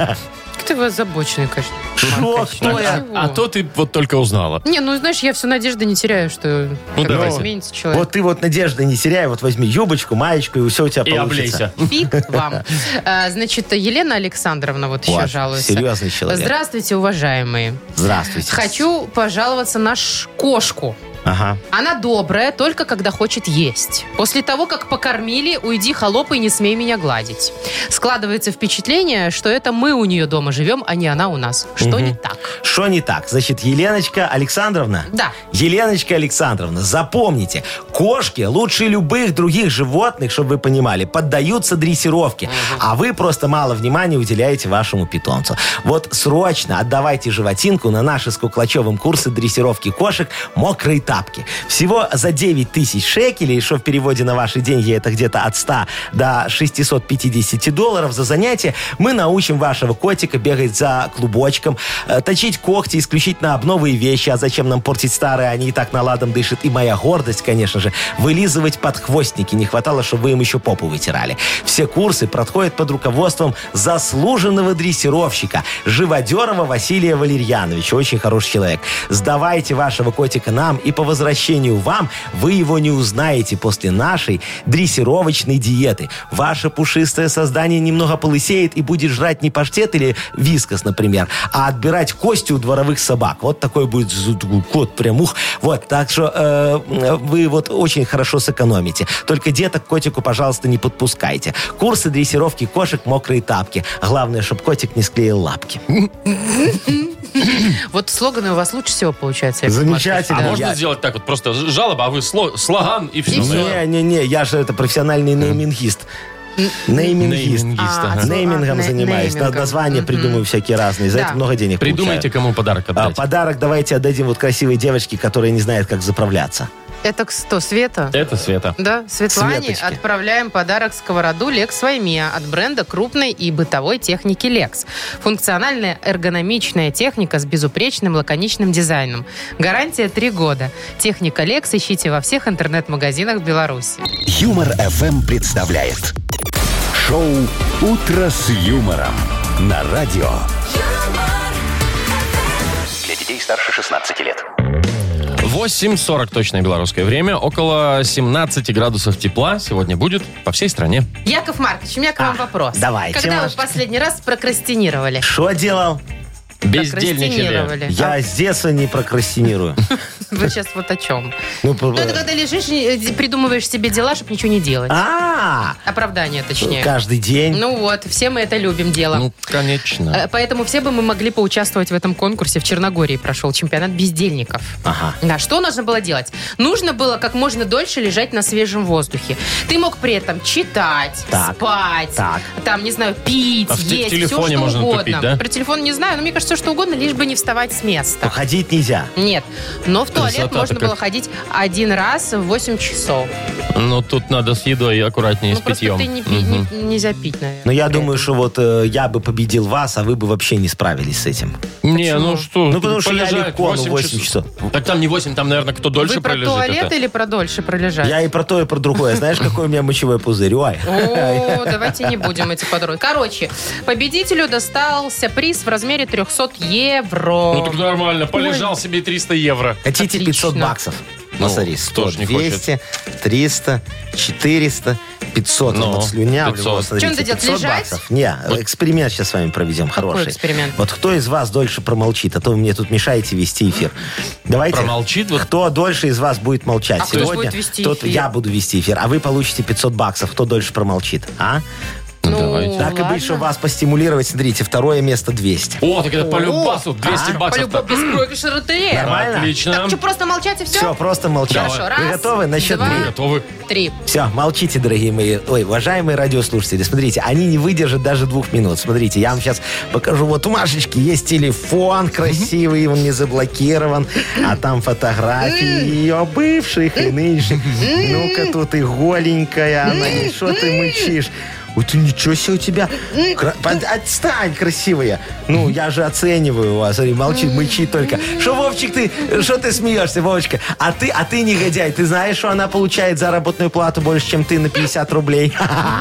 Ты вы озабоченный, конечно. Шо? Кто я? А то ты вот только узнала. Не, ну знаешь, я все надежды не теряю, что изменится человек. Вот ты вот надежды не теряй, вот возьми юбочку, маечку, и все у тебя получится. И облейся. Фиг вам. Значит, Елена Александровна вот еще жалуется. Серьезный человек. Здравствуйте, уважаемые. Здравствуйте. Хочу пожаловаться на кошку. Ага. Она добрая, только когда хочет есть. После того, как покормили, уйди, холоп, и не смей меня гладить. Складывается впечатление, что это мы у нее дома живем, а не она у нас. Что не так? Что не так? Значит, Еленочка Александровна? Да. Еленочка Александровна, запомните, кошки лучше любых других животных, чтобы вы понимали, поддаются дрессировке. А вы просто мало внимания уделяете вашему питомцу. Вот срочно отдавайте животинку на наши с Куклачевым курсы дрессировки кошек «Мокрые тапки». Всего за 9 тысяч шекелей, что в переводе на ваши деньги это где-то от 100 до 650 долларов за занятие, мы научим вашего котика бегать за клубочком, точить когти исключительно об новые вещи, а зачем нам портить старые, они и так наладом дышат. И моя гордость, конечно же, вылизывать подхвостники. Не хватало, чтобы вы им еще попу вытирали. Все курсы проходят под руководством заслуженного дрессировщика Живодерова Василия Валерьяновича. Очень хороший человек. Сдавайте вашего котика нам и по возвращению вам вы его не узнаете после нашей дрессировочной диеты. Ваше пушистое создание немного полысеет и будет жрать не паштет или вискас, например, а отбирать кости у дворовых собак. Вот такой будет кот прям ух. Вот, так что вы вот очень хорошо сэкономите. Только деток к котику, пожалуйста, не подпускайте. Курсы дрессировки кошек, мокрые тапки. Главное, чтобы котик не склеил лапки. Вот слоганы у вас лучше всего получаются. Замечательно. А можно сделать так вот, просто жалоба, а вы слоган и все. Не, я же это профессиональный неймингист. Неймингист. Неймингом занимаюсь. Названия придумываю всякие разные. За это много денег Придумайте, кому подарок отдать. Подарок давайте отдадим вот красивой девочке, которая не знает, как заправляться. Это кто, Света? Это Света. Да, Светлане Светочки. отправляем подарок сковороду Lex Ваймия от бренда крупной и бытовой техники Lex. Функциональная эргономичная техника с безупречным лаконичным дизайном. Гарантия 3 года. Техника Lex ищите во всех интернет-магазинах Беларуси. Юмор FM представляет шоу «Утро с юмором» на радио. Для детей старше 16 лет. 8:40 точное белорусское время. Около 17 градусов тепла сегодня будет по всей стране. Яков Маркович, у меня к вам вопрос. давайте, Когда вы в Машечка. последний раз прокрастинировали? Что делал? Бездельничали. Прокрастинировали. Я с детства не прокрастинирую. Вы сейчас вот о чем? Ну, Ну, это когда лежишь, придумываешь себе дела, чтобы ничего не делать. Оправдание, точнее. Каждый день. Ну вот, все мы это любим дело. Ну, конечно. Поэтому все бы мы могли поучаствовать в этом конкурсе. В Черногории прошел чемпионат бездельников. Ага. Да, что нужно было делать? Нужно было как можно дольше лежать на свежем воздухе. Ты мог при этом читать, Так. спать, Так. там, не знаю, пить, А в есть, все телефоне что можно угодно. тупить, да? Про телефон не знаю, но мне кажется, все что угодно, лишь бы не вставать с места. Ходить нельзя. Нет. Но в туалет Красота-то можно как. было ходить 1 раз в 8 часов. Ну, тут надо с едой и аккуратнее, Ну, с просто питьем. ты нельзя пить, наверное. Но я при думаю, этом. что вот я бы победил вас, а вы бы вообще не справились с этим. Не, ну что, Ну, потому что я полежать легко, 8 часов. Так там не 8, там, наверное, кто дольше Вы про пролежит. туалет это. или про дольше пролежать? Я и про то, и про другое. Знаешь, какой у меня мочевой пузырь? Ой. О, давайте не будем эти подробности. Короче, победителю достался приз в размере 300 евро. Ну, так нормально, полежал себе и 300 евро. Хотите Отлично. 500 баксов? Ну, смотри, 100, тоже не 200, 300, 400, 500. Ну, Вот отслюнявлю. 500. Вот, смотрите, Чем ты делать, 500 лежать? баксов. Не, эксперимент сейчас с вами проведем, хороший. эксперимент? Вот кто из вас дольше промолчит, а то вы мне тут мешаете вести эфир. Давайте. Промолчит? Вот. Кто дольше из вас будет молчать А кто сегодня? будет вести тот эфир? я буду вести эфир, а вы получите 500 баксов. Кто дольше промолчит, а? Ну, Давайте. Так и ладно. быть, чтобы вас постимулировать, смотрите, второе место 200. О, так это по любасу, 200 баксов. Полюбовь без проигрыша РТ. Нормально? Отлично. Так что, просто молчать и все? Все, просто молчать. Хорошо, Вы раз, готовы? На счет 2, 3. Готовы? 3. Все, молчите, дорогие мои. Ой, уважаемые радиослушатели, смотрите, они не выдержат даже 2 минут. Смотрите, я вам сейчас покажу. Вот у Машечки есть телефон красивый, он не заблокирован, а там фотографии ее бывших и нынешних. Ну-ка тут и голенькая она. Что ты мычишь? Ой, ты ничего себе у тебя. Отстань, красивая. Ну, я же оцениваю вас. Смотри, молчит, мычит только. Что, Вовчик, что ты смеешься, Вовочка? А ты, негодяй, ты знаешь, что она получает заработную плату больше, чем ты на 50 рублей?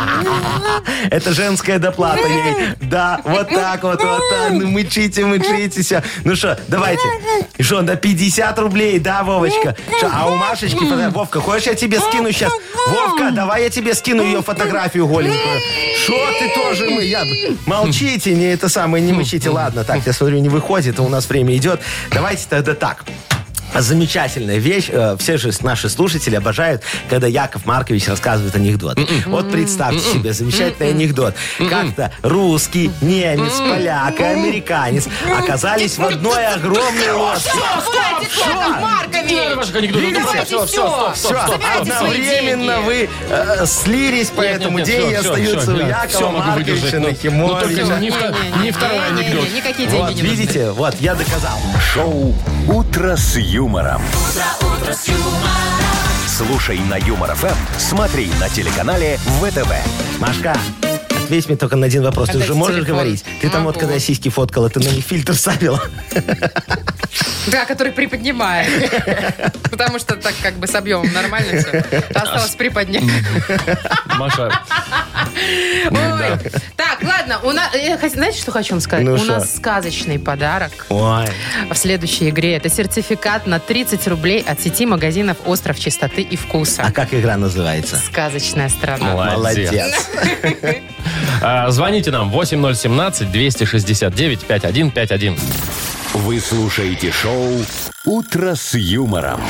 Это женская доплата ей. Да, вот так. Ну, мычите, все. Ну что, давайте. И что, на 50 рублей, да, Вовочка? Шо, а у Машечки, Вовка, хочешь, я тебе скину сейчас? Вовка, давай я тебе скину ее фотографию голенькую. Что ты тоже молчите, не это самое, не мычите. Ладно, так, я смотрю, не выходит, у нас время идет. Давайте тогда так. Замечательная вещь. Все же наши слушатели обожают, когда Яков Маркович рассказывает анекдот. Вот представьте себе замечательный анекдот. Как-то русский, немец, поляк и американец оказались в одной огромной лодке. Яков Маркович! Видите? Все, одновременно вы слились по этому день и остаются у Якова Марковича Нахимовича. Не второй анекдот. Никакие деньги Вот, не нужны. видите, вот, я доказал. Шоу «Утро с юмором». Слушай на Юмор ФМ, смотри на телеканале ВТВ. Машка, ответь мне только на один вопрос. Ты Отдайте уже можешь телефон. говорить? Ты там вот, Могу. когда сиськи фоткала, ты на них фильтр ставила? Да, который приподнимает. Потому что так как бы с объемом нормально все. Осталось приподнять. Маша. Ой. Так, ладно. Знаете, что хочу вам сказать? Ну У шо? нас сказочный подарок Ой. в следующей игре. Это сертификат на 30 рублей от сети магазинов «Остров чистоты и вкуса». А как игра называется? «Сказочная страна». Молодец. Звоните нам 8017-269-5151. Вы слушаете шоу «Утро с юмором».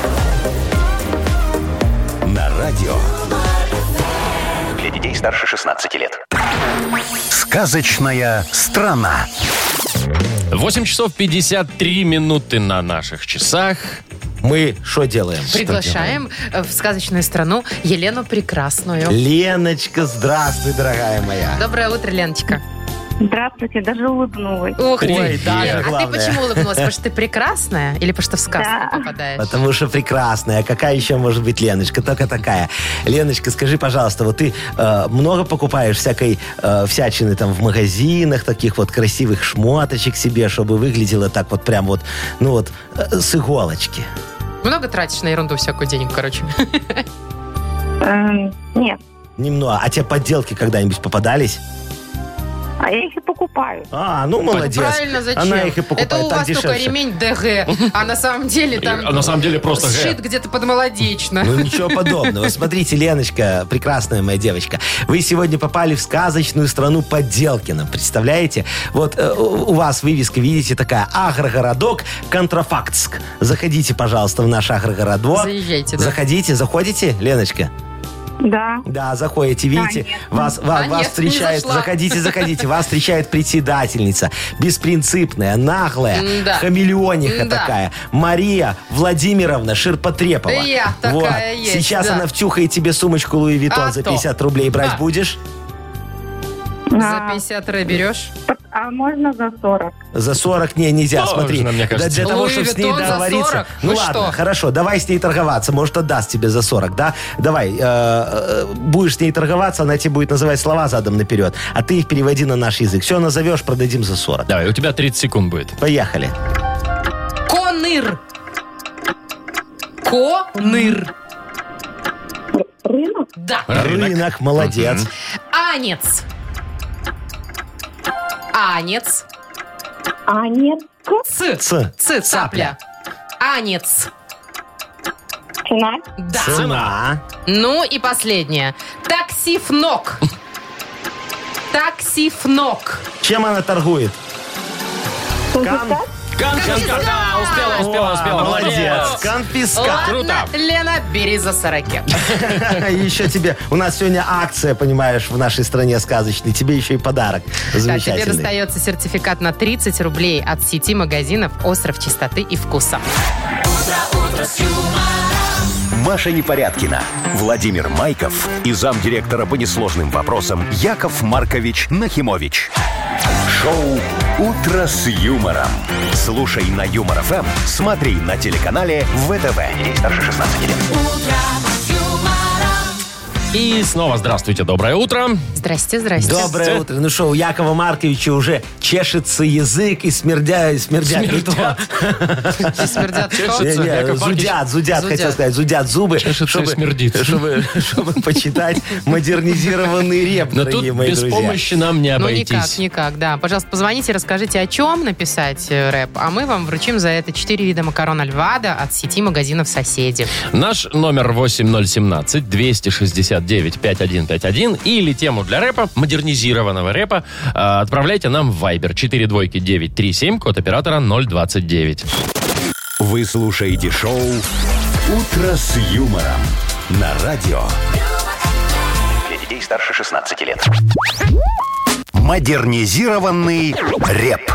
На радио. Для детей старше 16 лет. Сказочная страна. 8 часов 53 минуты на наших часах. Мы что делаем? Приглашаем в сказочную страну Елену Прекрасную. Леночка, здравствуй, дорогая моя. Доброе утро, Леночка. Здравствуйте, даже улыбнулась. Ух ты. Привет. даже А ты главное. почему улыбнулась? Потому что ты прекрасная? Или потому что в сказку Да. попадаешь? Потому что прекрасная. Какая еще может быть Леночка? Только такая. Леночка, скажи, пожалуйста, вот ты много покупаешь всякой всячины там в магазинах, таких вот красивых шмоточек себе, чтобы выглядело так вот прям вот, ну вот, с иголочки? Много тратишь на ерунду всякую денег, короче? Нет, Немного. А тебе подделки когда-нибудь попадались? а я их и покупаю. А, ну молодец. Правильно, зачем? Она их и покупает. Это у так вас только дешевше. ремень ДГ, а на самом деле там А на самом деле просто сшит где-то под молодечно. Ну, ничего подобного. Смотрите, Леночка, прекрасная моя девочка, вы сегодня попали в сказочную страну Подделкино. Представляете? Вот у вас вывеска, видите, такая: агрогородок Контрафактск. Заходите, пожалуйста, в наш агрогородок. Заезжайте, да. Заходите, заходите, Леночка? Да. Да, заходите, видите, нет. вас нет, встречает, не зашла. заходите, вас встречает председательница, беспринципная, наглая, Да. хамелеониха Да. такая, Мария Владимировна Ширпотребова. Я такая есть, Сейчас да. она втюхает тебе сумочку Луи Виттон А за то. 50 рублей. Брать Да. будешь? За 50 рублей берешь? А можно за 40? За 40 нельзя, Точно, смотри. мне кажется. Для того, Луи чтобы с ней Виттон за договориться. 40? Ну Вы ладно, что? хорошо, давай с ней торговаться. Может, отдаст тебе за 40, да? Давай, будешь с ней торговаться, она тебе будет называть слова задом наперед, а ты их переводи на наш язык. Все назовешь, продадим за 40. Давай, у тебя 30 секунд будет. Поехали. Коныр. Коныр. Рынок? Да. Рынок, молодец. Анец. Анец. А нет. Ц. Цапля. Анец. Цена? Да. Цена. Ну и последнее. Таксифнок. Таксифнок. Чем она торгует? Конфискат? Конфискат. Да, успела. Молодец. Конфискат. Ладно, Круто. Лена, бери за 40. Еще тебе. У нас сегодня акция, понимаешь, в нашей стране сказочной. Тебе еще и подарок. Да, тебе Замечательный. достается сертификат на 30 рублей от сети магазинов «Остров чистоты и вкуса». Маша Непорядкина, Владимир Майков и замдиректора по несложным вопросам Яков Маркович Нахимович. Шоу «Утро с юмором». Слушай на Юмор ФМ, смотри на телеканале ВТВ. Ей старше 16 лет. И снова здравствуйте, доброе утро. Здрасте, здрасте. Доброе утро. Ну что, у Якова Марковича уже чешется язык и смердят не то. И смердят что? Не-не, Яков Маркович. зудят, хотел сказать, зудят зубы, Чешется и смердит. чтобы почитать модернизированный реп, Но тут дорогие мои без друзья. помощи нам не Ну, обойтись. никак, да. Пожалуйста, позвоните, расскажите, о чем написать рэп, а мы вам вручим за это 4 вида макарон Альвадо от сети магазинов «Соседи». Наш номер 8017-269-5151 или тему для рэпа, модернизированного рэпа, отправляйте нам в Viber 42937, код оператора 029. Вы слушаете шоу «Утро с юмором» на радио. Для детей старше 16 лет. Модернизированный рэп.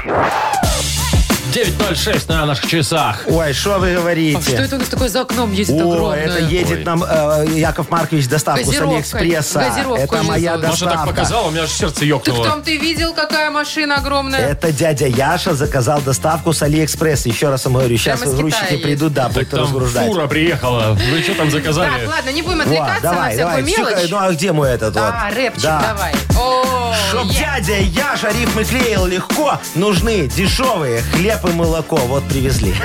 9:06 на наших часах. Ой, что вы говорите? А что это у нас такое за окном ездит О, огромное? это едет Ой. нам Яков Маркович доставку с Газировкой. Алиэкспресса. Газировку Это моя везут. Маша так доставка. показала, у меня аж сердце Так ёкнуло. там ты видел, какая машина огромная? Это дядя Яша заказал доставку с Алиэкспресс. Еще раз вам говорю, сейчас Прямо из грузчики Китая придут, да, Так будут там разгружать. фура приехала. Вы что там заказали? Так, ладно, не будем Вот, отвлекаться на давай, всякую давай. мелочь. Ну а где мой этот вот? А, рэпчик, Да. давай. Чтоб дядя Яша рифмы клеил легко, нужны дешевые хлеб и молоко. Вот привезли.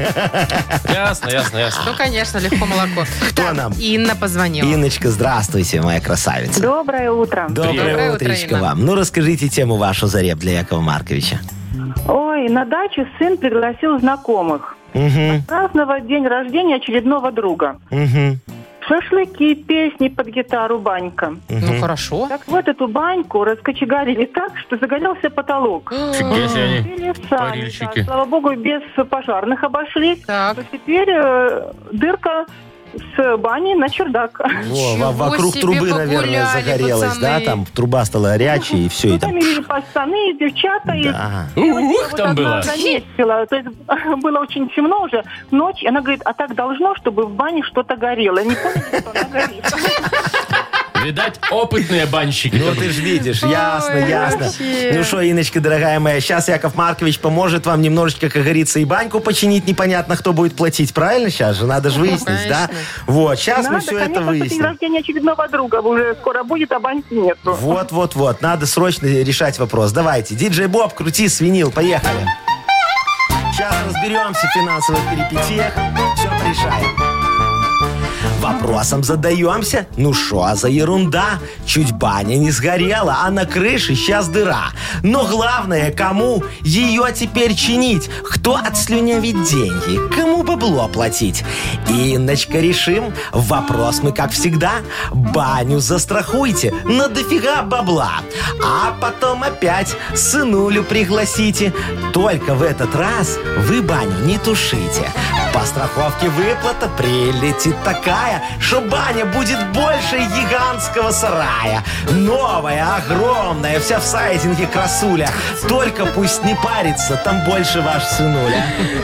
Ясно. Ну, конечно, легко молоко. Кто нам? Инна позвонила. Инночка, здравствуйте, моя красавица. Доброе утро. Доброе утро, утречко Инна. вам. Ну, расскажите тему вашу за реп для Якова Марковича. Ой, на дачу сын пригласил знакомых. Праздновать день рождения очередного друга. Шашлыки, песни под гитару, банька. Ну, хорошо. Так вот, эту баньку раскочегарили так, что загорелся потолок. Фига себе они. Пили сами, парильщики. да. Слава богу, без пожарных обошлись. Так. То теперь дырка с бани на чердак. Вокруг себе трубы, наверное, погуляли, загорелась, пацаны. да? Там труба стала горячей, и все. И там... Там и пацаны, и девчата, и... Да. Ух, Вот там одна было. заметила. То есть было очень темно уже, ночь. Она говорит, а так должно, чтобы в бане что-то горело. Не помню, что она горит. Видать, опытные банщики. Ну, ты же видишь, ясно. вообще. Ну что, Инночка, дорогая моя, сейчас Яков Маркович поможет вам немножечко, как говорится, и баньку починить. Непонятно, кто будет платить, правильно? Сейчас же надо же выяснить, да? конечно. Вот, сейчас мы Надо, все это конечно, день выясним. рождения очередного друга уже скоро будет, а баньки нету. Вот, надо срочно решать вопрос. Давайте, диджей Боб, крути свинил, поехали. Сейчас разберемся в финансовых перипетиях, все порешаем. Вопросом задаемся. Ну шо за ерунда? Чуть баня не сгорела, а на крыше сейчас дыра. Но главное, кому ее теперь чинить? Кто отслюнявит деньги? Кому бабло платить? Инночка, решим. Вопрос мы, как всегда. Баню застрахуйте на дофига бабла. А потом опять сынулю пригласите. Только в этот раз вы баню не тушите. По страховке выплата прилетит такая, что баня будет больше гигантского сарая. Новая, огромная, вся в сайдинге красуля. Только пусть не парится, там больше ваш сынуля.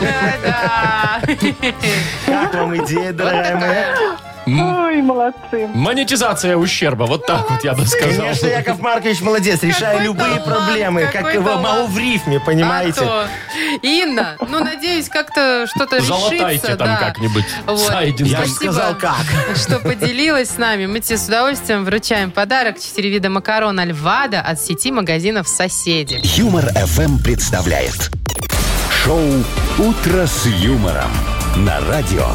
Да. Как вам идея, дорогая моя? Ой, молодцы. Монетизация ущерба, вот так вот я бы сказал. Конечно, Яков Маркович молодец, решаю любые проблемы, как какой его талант. могу в рифме, понимаете? А то. Инна, ну, надеюсь, как-то что-то решится. Залатайте там да. как-нибудь Вот. сайдингом. Я же Спасибо, сказал, как. что поделилась с нами. Мы тебе с удовольствием вручаем подарок. 4 вида макарон Альвада от сети магазинов «Соседи». Юмор FM представляет шоу «Утро с юмором» на радио.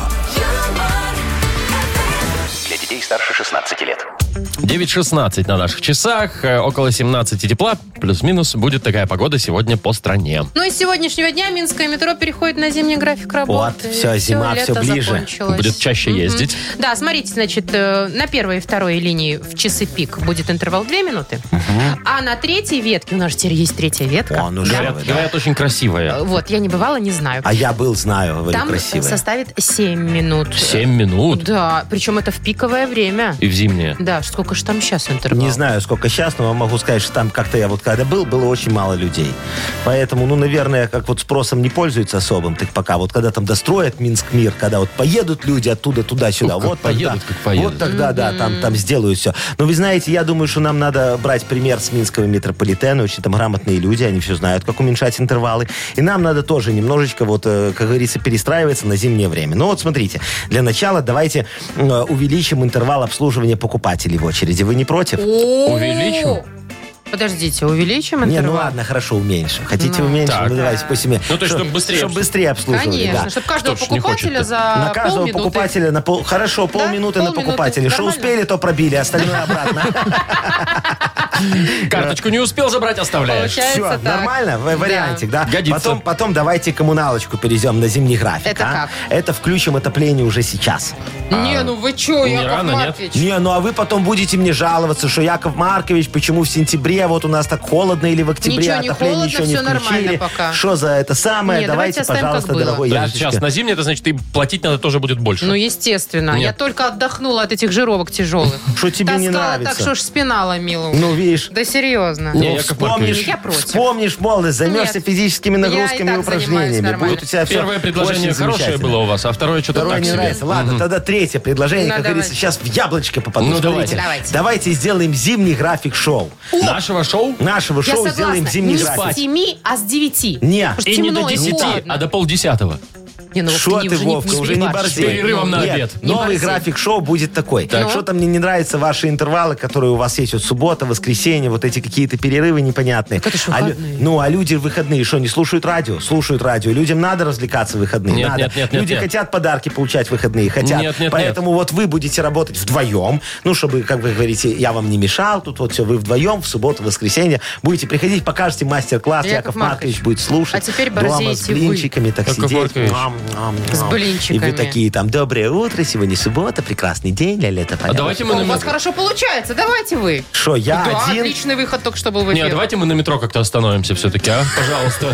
Для детей старше 16 лет. 9:16 на наших часах, около 17 тепла, плюс-минус, будет такая погода сегодня по стране. Ну и с сегодняшнего дня Минское метро переходит на зимний график работы. Вот, всё, зима лето всё ближе. закончилось. Будет чаще ездить. Да, смотрите, значит, на первой и второй линии в часы пик будет интервал 2 минуты, а на третьей ветке, у нас же теперь есть третья ветка. О, ну да. же вы, да. Говорят, очень красивая. Вот, я не бывала, не знаю. А я был, знаю, говорю, Там красивая. составит 7 минут. 7 минут. Да, причем это в пиковое время. И в зимнее. Да, сколько же там сейчас интервал? Не знаю, сколько сейчас, но могу сказать, что там как-то я вот когда был, было очень мало людей. Поэтому, ну, наверное, как вот спросом не пользуется особым, так пока вот когда там достроят Минск-мир, когда вот поедут люди оттуда, туда-сюда, Ух, как вот поедут, тогда, как поедут. вот тогда, да, там сделают все. Но вы знаете, я думаю, что нам надо брать пример с Минского метрополитена, очень там грамотные люди, они все знают, как уменьшать интервалы. И нам надо тоже немножечко, вот, как говорится, перестраиваться на зимнее время. Ну вот смотрите, для начала давайте увеличим интервал обслуживания покупателей в очереди. Вы не против? Увеличим? Подождите, увеличим интервал? Не, ну ладно, хорошо, уменьшим. Хотите уменьшим? Так. Ну давайте по 7. Ну, то есть, чтобы быстрее Чтобы быстрее обслуживали, Конечно, да. чтобы каждого Кто ж не покупателя хочет-то? за На каждого полминуты. покупателя, хорошо, полминуты на Полминуты. покупателя. Что Нормально? успели, то пробили, остальное обратно. Карточку не успел забрать, оставляешь. Получается Все, так. нормально? Вариантик, да? Годится. Потом давайте коммуналочку перейдем на зимний график. Это а? как? Это включим отопление уже сейчас. Не, ну вы что, не Яков рано, нет? Маркович? Не, ну а вы потом будете мне жаловаться, что Яков Маркович, почему в сентябре вот у нас так холодно или в октябре Ничего не отопление холодно, еще не всё нормально включили. пока. Что за это самое? Не, Давайте, давайте оставим, пожалуйста, как было. дорогой То есть сейчас Яшечка. на зимнее, это значит, и платить надо тоже будет больше. Ну, естественно. Нет. Я только отдохнула от этих жировок тяжелых. Что тебе не Таскала нравится? так, что ж спина ломила. Ну, видишь. Да серьезно. Не, Ну, Яков Маркович. Я против. Вспомнишь молодость, займешься Нет. физическими Я и нагрузками так и упражнениями. занимаюсь нормально. Будет у тебя все Первое предложение очень хорошее замечательно. было у вас, а второе что-то Второе так не себе. нравится. Ладно, тогда третье предложение, Ну, как говорится, давайте. сейчас в яблочко попаду. Ну, Смотрите. давайте. Давайте сделаем зимний график шоу. Нашего шоу? Нашего Я шоу согласна. сделаем зимний Не график. с 7, а с 9. Не. Потому что И не темно до 10, холодно. а до полдесятого. Не, ну, Шо ты, Вовка, уже не борзей. С перерывом на Нет, обед. новый график шоу будет такой. Ну? Что-то мне не нравятся ваши интервалы, которые у вас есть. Вот суббота, воскресенье, вот эти какие-то перерывы непонятные. Так это ж выходные. А люди в выходные что, не слушают радио? Слушают радио. Людям надо развлекаться в выходные. Нет, надо. нет, Люди нет. хотят подарки получать в выходные. Хотят. Нет, нет, Поэтому вот вы будете работать вдвоем. Ну, чтобы, как вы говорите, я вам не мешал. Тут вот все, вы вдвоем в субботу, воскресенье будете приходить, покажете мастер-класс. Яков Маркович будет слушать. А теперь дома с борзеете вы. блинчиками так Яков сидеть. Маркович. С блинчиками. И вы такие там, доброе утро, сегодня суббота, прекрасный день, ля-лето. А давайте мы У на вас метро... хорошо получается, давайте вы. Что, я Да, один? отличный выход только что был в Не, эфир. давайте мы на метро как-то остановимся все-таки, а? Пожалуйста.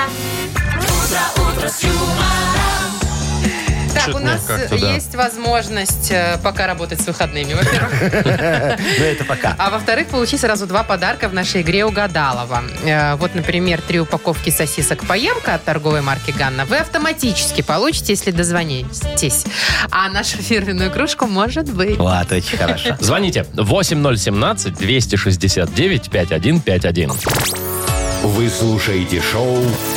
Так, Чё-то у нас как-то, да. есть возможность пока работать с выходными, во-первых. Ну, это пока. А во-вторых, получить сразу 2 подарка в нашей игре «Угадалова». Вот, например, 3 упаковки сосисок «Поемка» от торговой марки «Ганна» вы автоматически получите, если дозвонитесь. А нашу фирменную кружку может быть. Вот, очень хорошо. Звоните 8017-269-5151. Вы слушаете шоу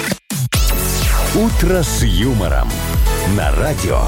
«Утро с юмором» на радио.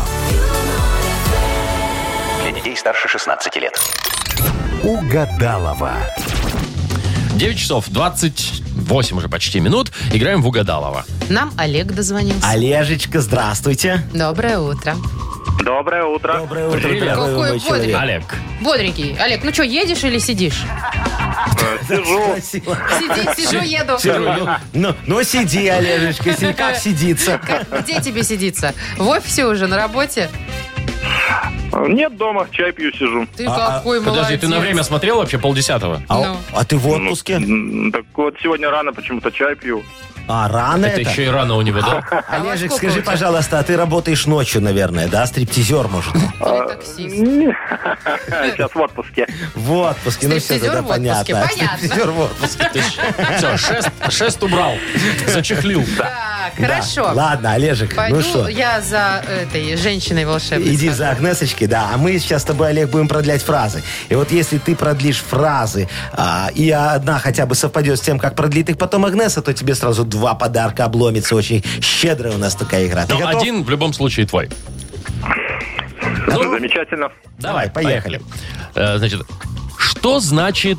Для детей старше 16 лет. Угадалова. 9 часов 28 уже почти минут. Играем в Угадалова. Нам Олег дозвонился. Олежечка, здравствуйте. Доброе утро. Доброе утро. Доброе утро, Привет. дорогой Какой мой человек. бодрый. Олег. Бодренький. Олег, ну что, едешь или сидишь? Сижу. Спасибо. Сижу, еду. Ну, сиди, Олежечка, как сидится. Где тебе сидится? В офисе уже, на работе? Нет, дома, чай пью, сижу. Ты какой молодец. Подожди, ты на время смотрел вообще 10:30? Ну. А ты в отпуске? Так вот, сегодня рано почему-то чай пью. А, рано Это это? еще и рано у него, да? Олежек, сколько скажи, у тебя? пожалуйста, а ты работаешь ночью, наверное, да? Стриптизер, может? Или таксист? Сейчас в отпуске. В отпуске, ну все, Стриптизер тогда в отпуске, понятно. понятно. Стриптизер в отпуске. Все, шест убрал. Зачехлил. Так, хорошо. Ладно, Олежек, Пойду ну что? я за этой женщиной волшебной. Иди скажу. за Агнесочкой, да. А мы сейчас с тобой, Олег, будем продлять фразы. И вот если ты продлишь фразы, и одна хотя бы совпадет с тем, как продлит их потом Агнеса, то тебе сразу 2 подарка обломится. Очень щедрая у нас такая игра. Ты Но готов? один в любом случае твой. Замечательно. Давай, поехали. Значит, что значит...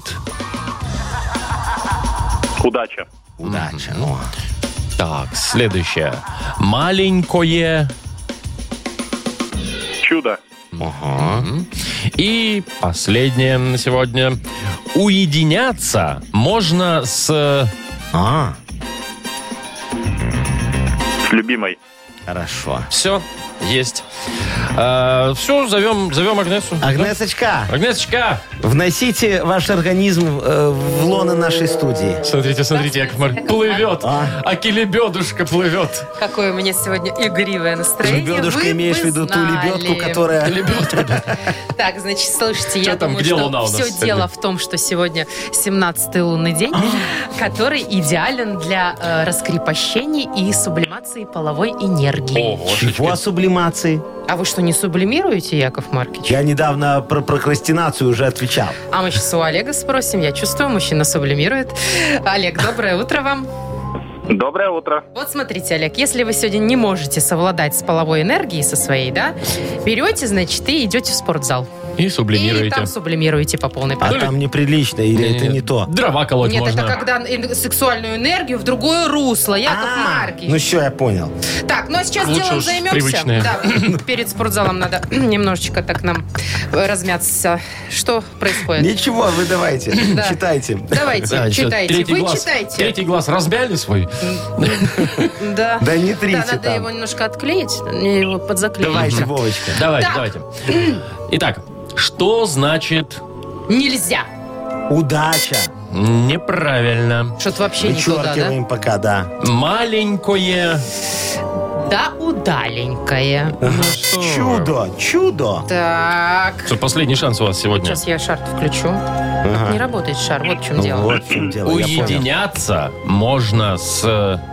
Удача. Удача. Ну, Так, следующее. Маленькое... Чудо. И последнее на сегодня. Уединяться можно с... С любимой. хорошо. Все, есть. Все, зовем Агнесу. Агнесочка, Агнесочка! вносите ваш организм в лоно нашей студии. Смотрите, Яков Маркович, плывет. Акелебедушка плывет. Какое у меня сегодня игривое настроение. Лебедушка, Вы имеешь в бы виду ту знали. лебедку, которая... Так, значит, слушайте, я там, думаю, где что Луна у нас все сегодня? дело в том, что сегодня 17-й лунный день, который идеален для раскрепощения и сублимации половой энергии. Чего сублимации? А вы что, не сублимируете, Яков Маркович? Я недавно про прокрастинацию уже отвечал. А мы сейчас у Олега спросим. Я чувствую, мужчина сублимирует. Олег, доброе утро вам. Доброе утро. Вот смотрите, Олег, если вы сегодня не можете совладать с половой энергией со своей, да, берете, значит, и идете в спортзал. И И сублимируете. там сублимируете по полной А программе. там неприлично или это не то? Дрова колоть Нет, можно. это когда сексуальную энергию в другое русло, Яков Маркович. Ну все, я понял. Так, ну а сейчас Лучше делом уж займемся. привычное. Да, перед спортзалом надо немножечко так нам размяться. Что происходит? Ничего, вы давайте, Да. читайте. Давайте, Да, всё, читайте. третий Вы глаз- читайте. Третий глаз размяли свой? Да. Да не трите Да, надо там. его немножко отклеить, мне его подзаклеить. Давайте, Вовочка. Давайте, Так. давайте. Итак, что значит Нельзя. Удача. неправильно? Что-то вообще не туда, да? Вычеркиваем пока, да. Маленькое... Да, удаленькая. Чудо, чудо. Так. Что, последний шанс у вас сегодня. Сейчас я шар включу. Не работает шар, вот в чем Ну, дело. вот в чем дело, я понял. Уединяться можно с...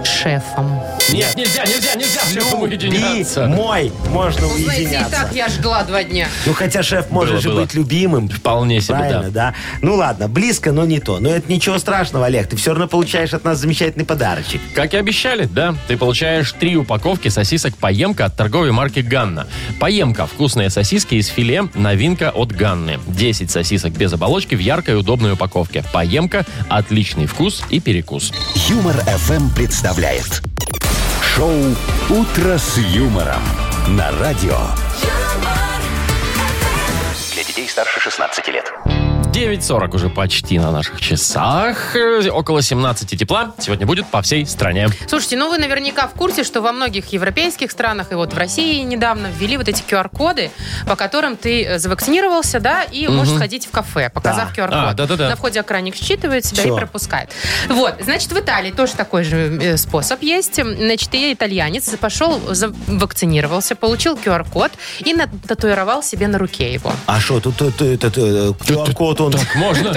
Шефом. Нет, нельзя в шефом уединяться. Мой можно Ну, знаете, и уединяться. так я жгла 2 дня. Ну, хотя шеф может же Было. быть любимым. Вполне себе, Правильно, да. Ну, ладно, близко, но не то. Но это ничего страшного, Олег. Ты все равно получаешь от нас замечательный подарочек. Как и обещали, да, ты получаешь 3 упаковки сосисок «Поемка» от торговой марки «Ганна». «Поемка» – вкусные сосиски из филе, новинка от «Ганны». 10 сосисок без оболочки в яркой и удобной упаковке. «Поемка» – отличный вкус и перекус. Юмор FM представляет шоу «Утро с юмором» на радио. Для детей старше 16 лет. 9:40 уже почти на наших часах. Около 17 тепла сегодня будет по всей стране. Слушайте, ну вы наверняка в курсе, что во многих европейских странах и вот в России недавно ввели вот эти QR-коды, по которым ты завакцинировался, да, и можешь сходить в кафе, показав QR-код. да-да-да. На входе охранник считывает себя Всё. и пропускает. Вот, значит, в Италии тоже такой же способ есть. Значит, я итальянец, пошел, вакцинировался, получил QR-код и татуировал себе на руке его. А что, тут QR-код, он... Так можно?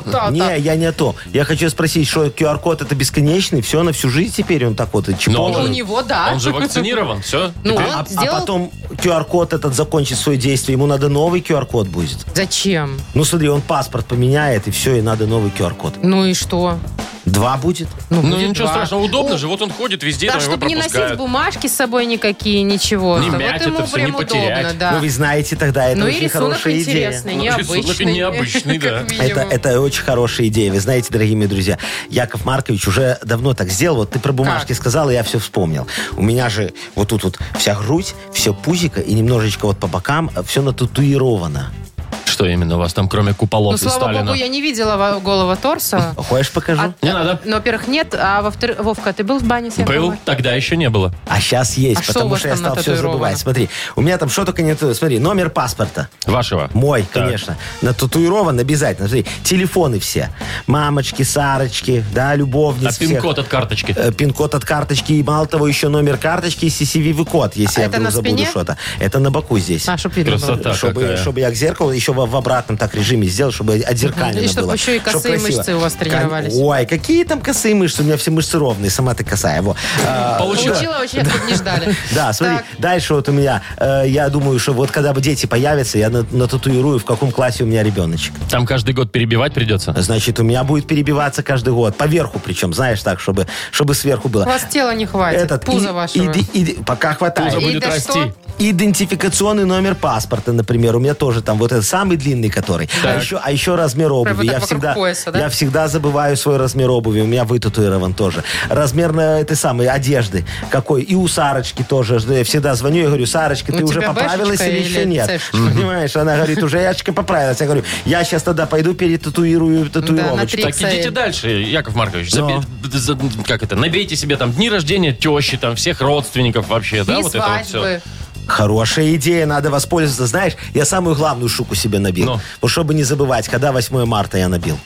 Не, я не то. Я хочу спросить, что QR-код это бесконечный, все, на всю жизнь теперь он так вот Но чипованный. У него, да. Он же вакцинирован, все. Ну, он А сделал... потом QR-код этот закончит свое действие, ему надо новый QR-код будет. Зачем? Ну смотри, он паспорт поменяет, и все, и надо новый QR-код. Ну и что? 2 будет? Ну будет ничего 2. страшного, удобно же. Вот он ходит везде, Да, там его чтобы не носить пропускают. бумажки с собой никакие, ничего. Не Вот мять ему это всё, прям не потерять. удобно, да. Ну вы знаете, тогда это Ну и очень рисунок хорошая идея. интересный, Ну, необычный. рисунок необычный, да. как минимум. Это очень хорошая идея. Вы знаете, дорогие мои друзья, Яков Маркович уже давно так сделал. Вот ты про бумажки Как? сказал, и я все вспомнил. У меня же вот тут вот вся грудь, все пузико и немножечко вот по бокам все нататуировано. Что именно у вас там, кроме куполов Ну, и слава Сталина? богу, я не видела голого торса. Хочешь, покажу? Не надо. Ну, во-первых, нет. А во-вторых, Вовка, ты был в бане с Яковом Был, Марковичем? тогда еще не было. А сейчас есть, А что у потому вас что я там стал все нататуировано? забывать. Смотри, у меня там что только нет. Смотри, номер паспорта. Вашего? Мой, Так. конечно. Нататуирован обязательно. Смотри, телефоны все. Мамочки, Сарочки, да, А любовницы. всех. пин-код от карточки? Пин-код от карточки. И мало того, еще номер карточки и CCV-код, если А я это вдруг на забуду спине? что-то. Это на боку здесь. А, чтоб видно было. Красота какая. Чтобы я к зеркалу еще в обратном так режиме сделал, чтобы отзеркалено И чтобы было. еще и Чтоб косые красиво. мышцы у вас тренировались. Ой, какие там косые мышцы? У меня все мышцы ровные, сама ты косая. Во. Получила очень, откуда не ждали. Да, смотри, Так. дальше вот у меня, я думаю, что вот когда бы дети появятся, я нататуирую, в каком классе у меня ребеночек. Там каждый год перебивать придется? Значит, у меня будет перебиваться каждый год. Поверху причем, знаешь, так, чтобы сверху У было. вас тела не хватит. Пузо вашего. Пока хватает. Пузо И будет да расти. что? Идентификационный номер паспорта, например, у меня тоже там вот этот самый длинный, который. А еще размер обуви. вот так Я вокруг пояса, да? я всегда забываю свой размер обуви. У меня вытатуирован тоже. Размер на этой самой одежды какой. И у Сарочки тоже. Я всегда звоню и говорю: Сарочка, ты У уже тебя поправилась бэшечка или еще или нет? цэшечка? Понимаешь, она говорит: уже Ячка поправилась. Я говорю: я сейчас тогда пойду перетатуирую татуировочку. три. Так идите XL. дальше, Яков Маркович. Но. Набейте себе там дни рождения тещи, там всех родственников вообще, да, И вот это вот все. свадьбы. Хорошая идея, надо воспользоваться. Знаешь, я самую главную штуку себе набил. Ну. Вот чтобы не забывать, когда 8 марта я набил.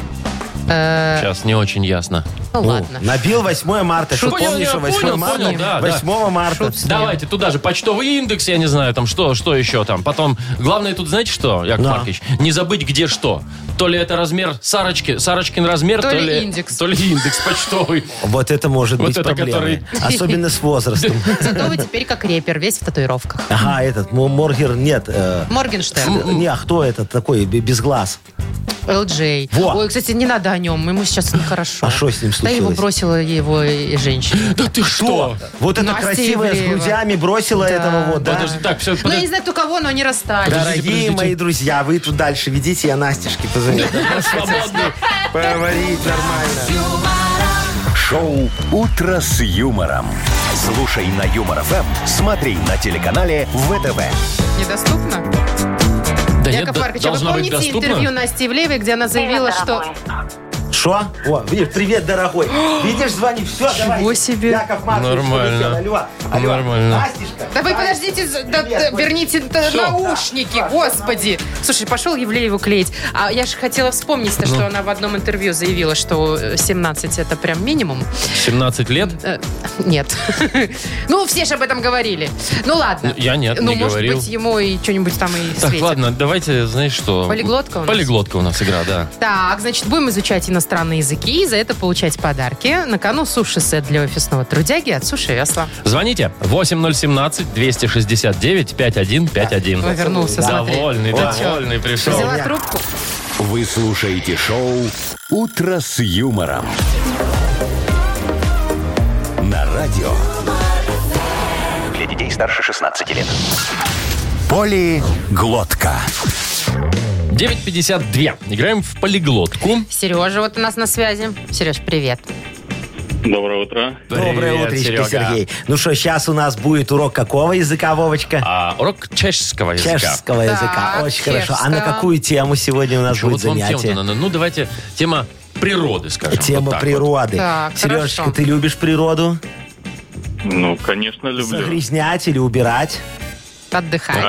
Сейчас не очень ясно. Ну ладно. Набил 8 марта. Что Понял, помнишь, я 8 понял, марта? понял, да, 8 марта. Шут с ним. Давайте туда же почтовый индекс, я не знаю, там что еще там. Потом, главное тут, знаете что, Яков Да. Маркович, не забыть, где что. То ли это размер Сарочкин размер, То то ли ли индекс. То ли индекс почтовый. Вот это может Вот быть это, проблемой. который- Особенно с возрастом. Зато вы теперь как репер, весь в татуировках. Ага, этот Моргер, нет. Моргенштерн. Не, а кто этот такой, без глаз? LJ. Во. Ой, кстати, не надо о нем, ему сейчас нехорошо. А что с ним Да его случилось? бросила его и женщина. Да ты что? Вот эта Настя красивая с Ивлеева. грудями бросила Да, этого вот, да? Подожди, так, все, Ну, я не знаю, кто кого, но они расстались. Дорогие мои друзья, вы тут дальше ведите, я Настюшке позвоню. свободно. Поговорить нормально. Шоу «Утро с юмором». Слушай на Юмор ФМ, смотри на телеканале ВТВ. Недоступно? Да нет, Яков Маркович, а вы должна быть помните интервью доступна. Насти Ивлеевой, где она заявила, что... Шо? О, видишь, привет, дорогой. Видишь, звонит. Все, давай. себе. Яков Маркович Нормально. полетел. Алло. Нормально. Настюшка. Да вы подождите, верните наушники, господи. Слушай, пошел Ивлееву клеить. А я же хотела вспомнить-то, что она в одном интервью заявила, что 17 это прям минимум. 17 лет? Нет. Ну, все же об этом говорили. Ну, ладно. Ну, я нет, Ну, не может говорил. быть, ему и что-нибудь там и Так, светит. ладно, давайте, знаешь что? Полиглотка у нас? Полиглотка у нас игра, да. Так, значит, будем изучать иностранные иностранные языки и за это получать подарки. На кону суши-сет для офисного трудяги от Суши Весла. Звоните 8017-269-5151. Вернулся, смотри. Довольный пришел. Взяла трубку. Вы слушаете шоу «Утро с юмором». На радио Для детей старше 16 лет. «Полиглотка». 9:52. Играем в полиглотку. Сережа вот у нас на связи. Сереж, привет. Доброе утро. Доброе утречко, Сергей. Ну что, сейчас у нас будет урок какого языка, Вовочка? Урок чешского языка. Чешского языка. Так, Очень хорошо. А чешского. на какую тему сегодня у нас будет занятие? Ну, давайте тема природы, скажем. Тема вот так природы. Так, Сережечка, хорошо. ты любишь природу? Ну, конечно, люблю. Загрязнять или убирать? Отдыхай.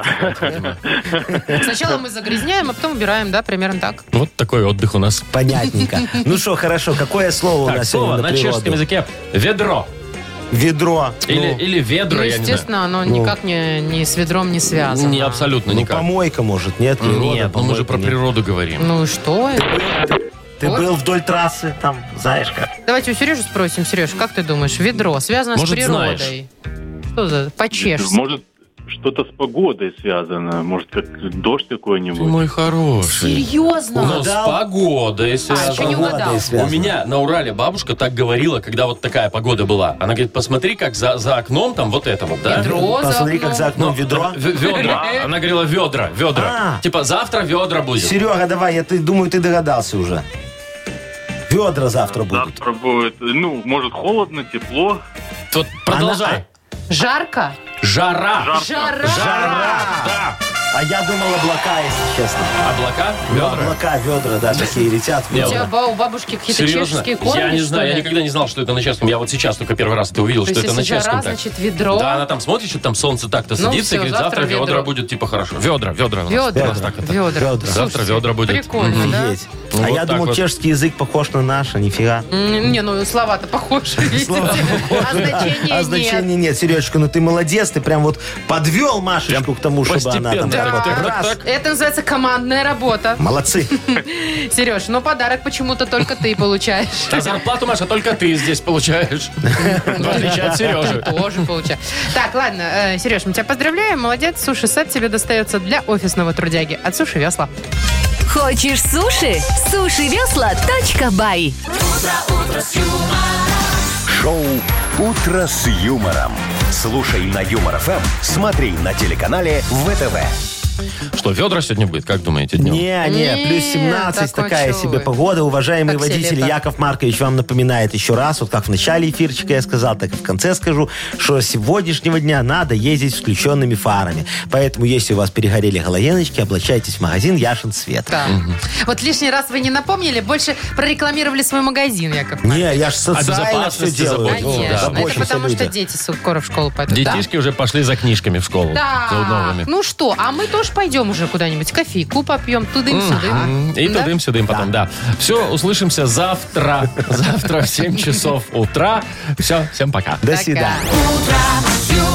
Сначала мы загрязняем, а потом убираем, да? Примерно так. Вот такой отдых у нас. Понятненько. Ну что, хорошо. Какое слово у Так, нас слово сегодня на на чешском природу? языке ведро. Ведро. Или ведро, Ну, я не знаю. естественно, оно никак не с ведром не связано. Не, абсолютно Ну, никак. помойка, может, нет? Природа, Нет, ну мы же помойка, про нет. природу говорим. Ну и что? Ты был вдоль трассы, там, знаешь как? Давайте у Сережи спросим. Сереж, как ты думаешь, ведро связано Может, с природой? Что за по-чешски? Может, что-то с погодой связано. Может, как дождь Ты какой-нибудь. мой хороший. Серьезно? Ну, с погодой что не связано. угадал? У меня на Урале бабушка так говорила, когда вот такая погода была. Она говорит, посмотри, как за окном там вот это вот, да? Ведро Посмотри, как за окном Ну, ведро. Ведра. Она говорила ведра. А. Типа завтра ведра будет. Серега, давай, думаю, ты догадался уже. Ведра завтра будут. Завтра будет, ну, может, холодно, тепло. Вот продолжай. Жарко? Жара. Жара! Да. А я думал облака, если честно. Облака, Ну, ведра. облака, ведра, да, такие летят. У тебя у бабушки какие-то Серьезно? чешские корни, Я не что знаю, ли? я никогда не знал, что это на чешском. Я вот сейчас только первый раз это увидел, То что есть, это на если чешском жара, так. значит, ведро. Да, она там смотрит, что там солнце так-то Ну, садится, всё, и говорит, завтра завтра ведра ведро. будет типа хорошо. Ведра у нас. Ведра. У нас так это. Ведра. Завтра ведра будет. Прикольно, да? Офигеть. Ну, А вот я так думал, вот. чешский язык похож на наш, а нифига. Не, ну слова-то похожи, видите? А значения А нет. значения нет. Сережечка, ну ты молодец, ты прям вот подвел Машечку к тому, чтобы она там постепенно. так вот Так. раз. Это называется командная работа. Молодцы. Сереж, ну подарок почему-то только ты получаешь. А зарплату, Маша, только ты здесь получаешь. В отличие от Сережи. Ты тоже получаешь. Так, ладно, Сереж, мы тебя поздравляем. Молодец. Суши-сет тебе достается для офисного трудяги от Суши Весла. Хочешь суши? Сушивесла.бай. Шоу «Утро с юмором». Слушай на Юмор ФМ, смотри на телеканале ВТВ. Что, ведра сегодня будет, как думаете, днем? Не, плюс 17, такой такая чё себе вы. погода. Уважаемые Как себе водители, так? Яков Маркович вам напоминает еще раз, вот как в начале эфирчика я сказал, так и в конце скажу, что с сегодняшнего дня надо ездить с включенными фарами. Поэтому, если у вас перегорели галогеночки, облачайтесь в магазин Яшин Свет. Да. Вот лишний раз вы не напомнили, больше прорекламировали свой магазин, Яков Маркович. Не, я же социально все безопасности делаю. заботиться, Конечно. Это Заботимся потому что люди. дети скоро в школу пойдут. Да? Детишки уже пошли за книжками в школу. Так, За новыми. ну что, а мы тоже пойдем уже куда-нибудь, кофейку попьем, тудым-сюдым. И Да? тудым-сюдым потом, да. Все, услышимся завтра. Завтра в 7 часов утра. Все, всем пока. До Пока. свидания. Утро с юмором.